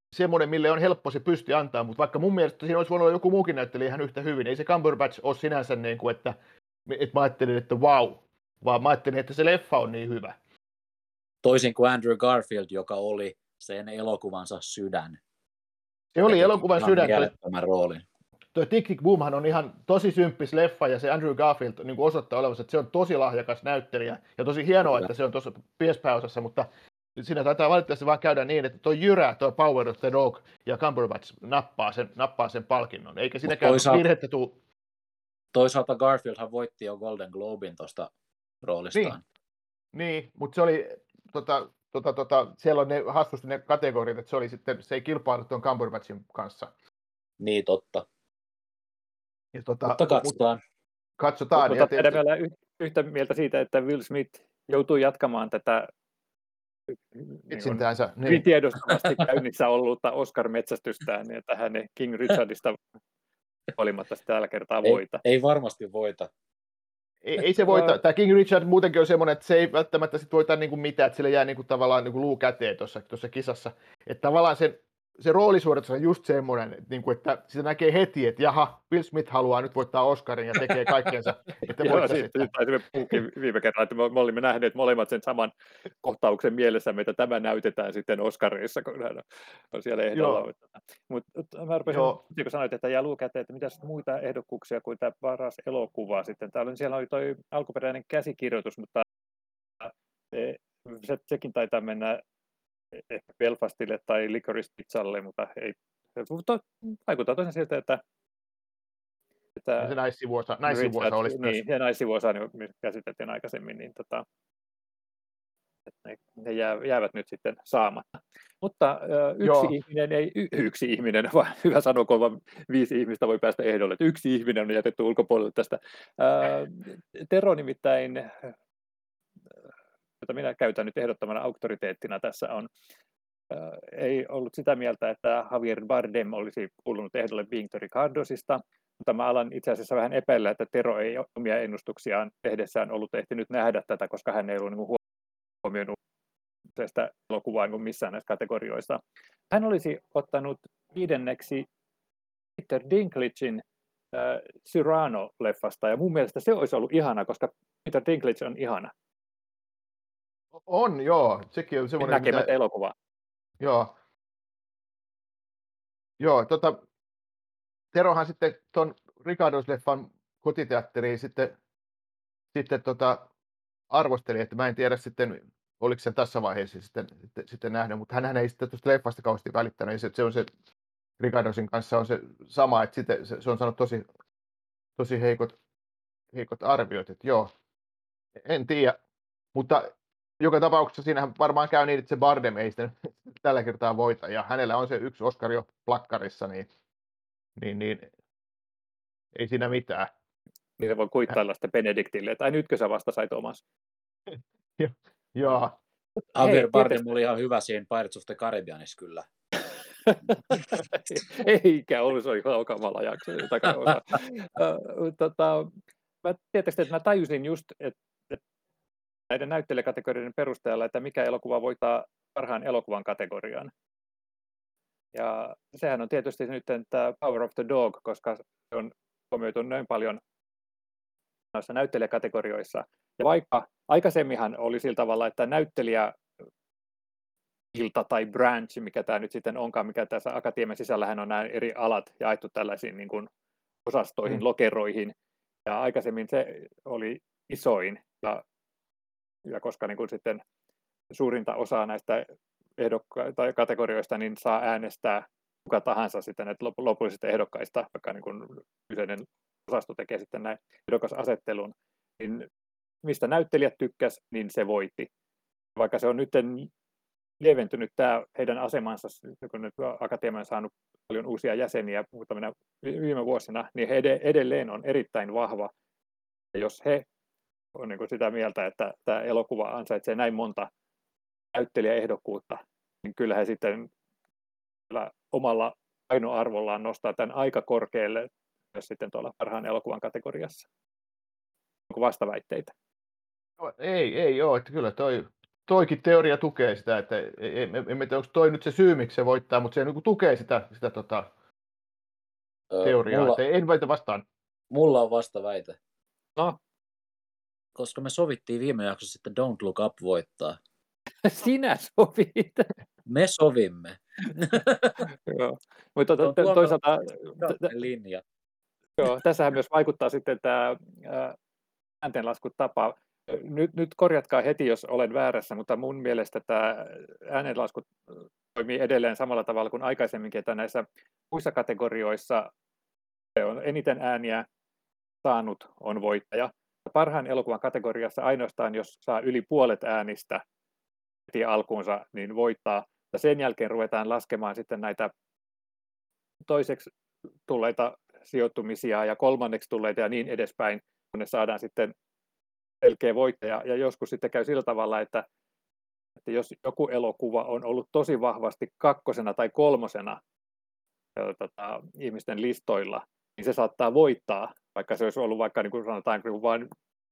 semmoinen, mille on helppo se pysti antaa, mutta vaikka mun mielestä siinä olisi voinut olla joku muukin näyttelijä ihan yhtä hyvin. Ei se Cumberbatch ole sinänsä niin kuin, että mä ajattelin, että wow, vaan mä ajattelin, että se leffa on niin hyvä. Toisin kuin Andrew Garfield, joka oli sen elokuvansa sydän. Se oli Ja elokuvan ihan sydän. mielettömän roolin. Tuo Tick Tick Boomhan on ihan tosi symppis leffa, ja se Andrew Garfield niin kuin osoittaa olevansa, että se on tosi lahjakas näyttelijä, ja tosi hienoa, että se on tuossa piespääosassa, mutta siinä taitaa valitettavasti vaan käydä niin, että tuo Power of the Dog, ja Cumberbatch nappaa sen palkinnon, eikä siinäkään virhettä tule. Toisaalta Garfieldhan voitti jo Golden Globin tuosta roolistaan. Niin, mutta se oli, siellä on ne hassusti ne kategoriat, että se ei kilpailu tuon Cumberbatchin kanssa. Niin, totta. Ja mutta katsotaan. Katsotaan. Mutta tiedän vielä yhtä mieltä siitä, että Will Smith joutuu jatkamaan tätä etsintäänsä. Hyvin tiedostavasti käynnissä ollutta Oscar-metsästystään, niin että hän ei King Richardista huolimatta sitä tällä kertaa voita. Ei varmasti voita. Ei se voita. Tämä King Richard muutenkin on semmoinen, että se ei välttämättä sit voita niin kuin mitään, että sille jää niin kuin tavallaan niin kuin luu käteen tuossa kisassa. Että tavallaan se roolisuoritus on just semmoinen, että sitä näkee heti, että jaha, Will Smith haluaa nyt voittaa Oscarin ja tekee kaikkensa, että voittaisi. Joo, taisimme puhukin viime kerralla, että me olimme nähneet molemmat sen saman kohtauksen mielessämme, että tämä näytetään sitten Oscarissa, kun hän on siellä ehdolla. Mutta mä rupesin, kun sanoit, että jää luu käteen, että mitäs muita ehdokkuuksia kuin tämä paras elokuva sitten. Siellä oli toi alkuperäinen käsikirjoitus, mutta sekin taitaa mennä ehkä Belfastille tai Licorice Pizzalle, mutta ei. Vaikuttaa tosiaan siltä, että se naissivuosa olisi myös. Niin, ja naissivuosa käsiteltiin aikaisemmin, niin ne jäävät nyt sitten saamatta. Mutta yksi ihminen, vaan hyvä sanoa, kun 5 ihmistä voi päästä ehdolle, että yksi ihminen on jätetty ulkopuolelle tästä. Tero nimittäin, jota minä käytän nyt ehdottomana auktoriteettina tässä on, ei ollut sitä mieltä, että Javier Bardem olisi kuulunut ehdolle Being the Ricardosista, mutta mä alan itse asiassa vähän epäillä, että Tero ei omia ennustuksiaan tehdessään ollut ehtinyt nähdä tätä, koska hän ei ollut niin huomioinut sitä elokuvaa niin missään näissä kategorioissa. Hän olisi ottanut 5. Peter Dinklagein Cyrano-leffasta, ja mun mielestä se olisi ollut ihana, koska Peter Dinklage on ihana. On, joo. Sekin on semmoinen näkemättä elokuvaa. Joo, Terohan sitten tuon Ricardos-leffan kotiteatteriin sitten arvosteli, että mä en tiedä sitten, oliko se tässä vaiheessa sitten nähnyt, mutta hänhän ei sitten tuosta leffasta kauheasti välittänyt, ja se on se Ricardosin kanssa on se sama, että sitten se on saanut tosi heikot arviot, että joo, en tiedä, mutta joka tapauksessa siinähän varmaan käy niin, että se Bardem ei sitten tällä kertaa voita, ja hänellä on se yksi Oscar jo plakkarissa, niin ei siinä mitään. Niin se voi kuittailla sitten Benedictille, että nytkö sä vasta sait omassa. Joo. Javier Bardem oli ihan hyvä siinä Pirates of the Caribbeanissa kyllä. Eikä ollut, se oli kamala jakso. Mä tietysti, että mä tajusin just, että näiden näyttelijäkategorioiden perusteella, että mikä elokuva voittaa parhaan elokuvan kategorian. Ja sehän on tietysti nyt tämä Power of the Dog, koska se on huomioitu noin paljon noissa näyttelijäkategorioissa. Ja vaikka aikaisemminhan oli sillä tavalla, että näyttelijä ilta tai branch, mikä tämä nyt sitten onkaan, mikä tässä akatemian sisällähän on nämä eri alat jaettu tällaisiin niin kuin osastoihin, lokeroihin. Ja aikaisemmin se oli isoin. Ja koska niin kuin sitten suurinta osaa näistä tai kategorioista niin saa äänestää kuka tahansa sitten näitä lopullisista ehdokkaista, vaikka niin kuin kyseinen osasto tekee sitten näin ehdokasasettelun, niin mistä näyttelijät tykkäs, niin se voitti. Vaikka se on nyt lieventynyt tämä heidän asemansa, kun nyt akatemia on saanut paljon uusia jäseniä muutamina viime vuosina, niin he edelleen on erittäin vahva. Ja jos he on niin kuin sitä mieltä, että tämä elokuva ansaitsee näin monta näyttelijäehdokkuutta, niin kyllä he sitten omalla painoarvollaan nostaa tämän aika korkealle myös sitten tuolla parhaan elokuvan kategoriassa. Onko vastaväitteitä? Ei ole, että kyllä toi toikin teoria tukee sitä, että en tiedä, onko toi nyt se syy, miksi se voittaa, mutta se niin kuin tukee sitä teoriaa, että en väitä vastaan. Mulla on vasta väite. No, Koska me sovittiin viime jaksossa, että Don't Look Up voittaa. sinä sovit. Me sovimme. Joo. Mutta Se on toisaalta linja. joo, tässähän myös vaikuttaa sitten tämä ääntenlaskutapa. Nyt korjatkaa heti, jos olen väärässä, mutta mun mielestä tämä äänenlasku toimii edelleen samalla tavalla kuin aikaisemminkin, että näissä muissa kategorioissa se on eniten ääniä saanut on voittaja. Parhaan elokuvan kategoriassa ainoastaan, jos saa yli puolet äänistä heti alkuunsa, niin voittaa. Ja sen jälkeen ruvetaan laskemaan sitten näitä toiseksi tulleita sijoittumisia ja kolmanneksi tulleita ja niin edespäin, kun ne saadaan sitten selkeä voittaja. Ja joskus sitten käy sillä tavalla, että jos joku elokuva on ollut tosi vahvasti kakkosena tai kolmosena ihmisten listoilla, niin se saattaa voittaa, vaikka se olisi ollut vaikka niin kuin sanotaan vain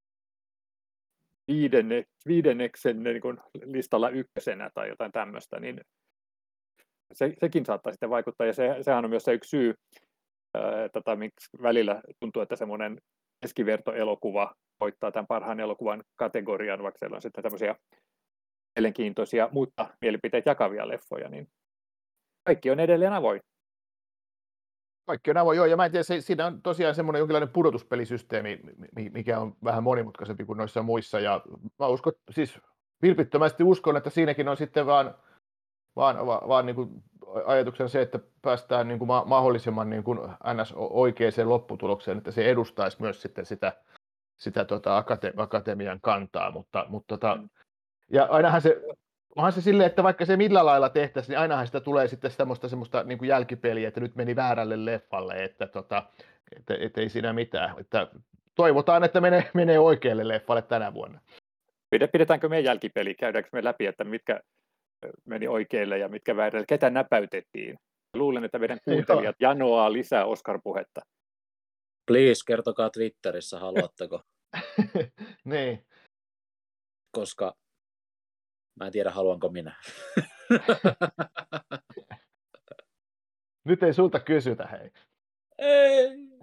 viidenneksen niin kuin listalla ykkösenä tai jotain tämmöistä, niin sekin saattaa sitten vaikuttaa. Ja sehän on myös se yksi syy, miksi välillä tuntuu, että semmoinen keskivertoelokuva voittaa tämän parhaan elokuvan kategorian, vaikka siellä on sitten tämmöisiä mielenkiintoisia, mutta mielipiteet jakavia leffoja, niin kaikki on edelleen avoin. Kaikki on avoin, joo, ja mä en tiedä, siinä on tosiaan semmoinen jonkinlainen pudotuspelisysteemi, mikä on vähän monimutkaisempi kuin noissa muissa, ja mä uskon, siis vilpittömästi uskon, että siinäkin on sitten vaan niin kuin ajatuksena se, että päästään niin kuin mahdollisimman niin kuin oikeaan lopputulokseen, että se edustaisi myös sitten sitä akatemian kantaa, mutta ja onhan se silleen, että vaikka se millä lailla tehtäisiin, niin ainahan sitä tulee sitten semmoista niin kuin jälkipeliä, että nyt meni väärälle leffalle, että ei siinä mitään. Että toivotaan, että menee oikealle leffalle tänä vuonna. Pidetäänkö me jälkipeli? Käydäänkö me läpi, että mitkä meni oikealle ja mitkä väärälle? Ketä näpäytettiin? Luulen, että meidän kuuntelijat janoaa lisää Oscar-puhetta. Please, kertokaa Twitterissä, haluatteko. Niin. Koska mä en tiedä, haluanko minä. Nyt ei sulta kysytä, hei. Ei.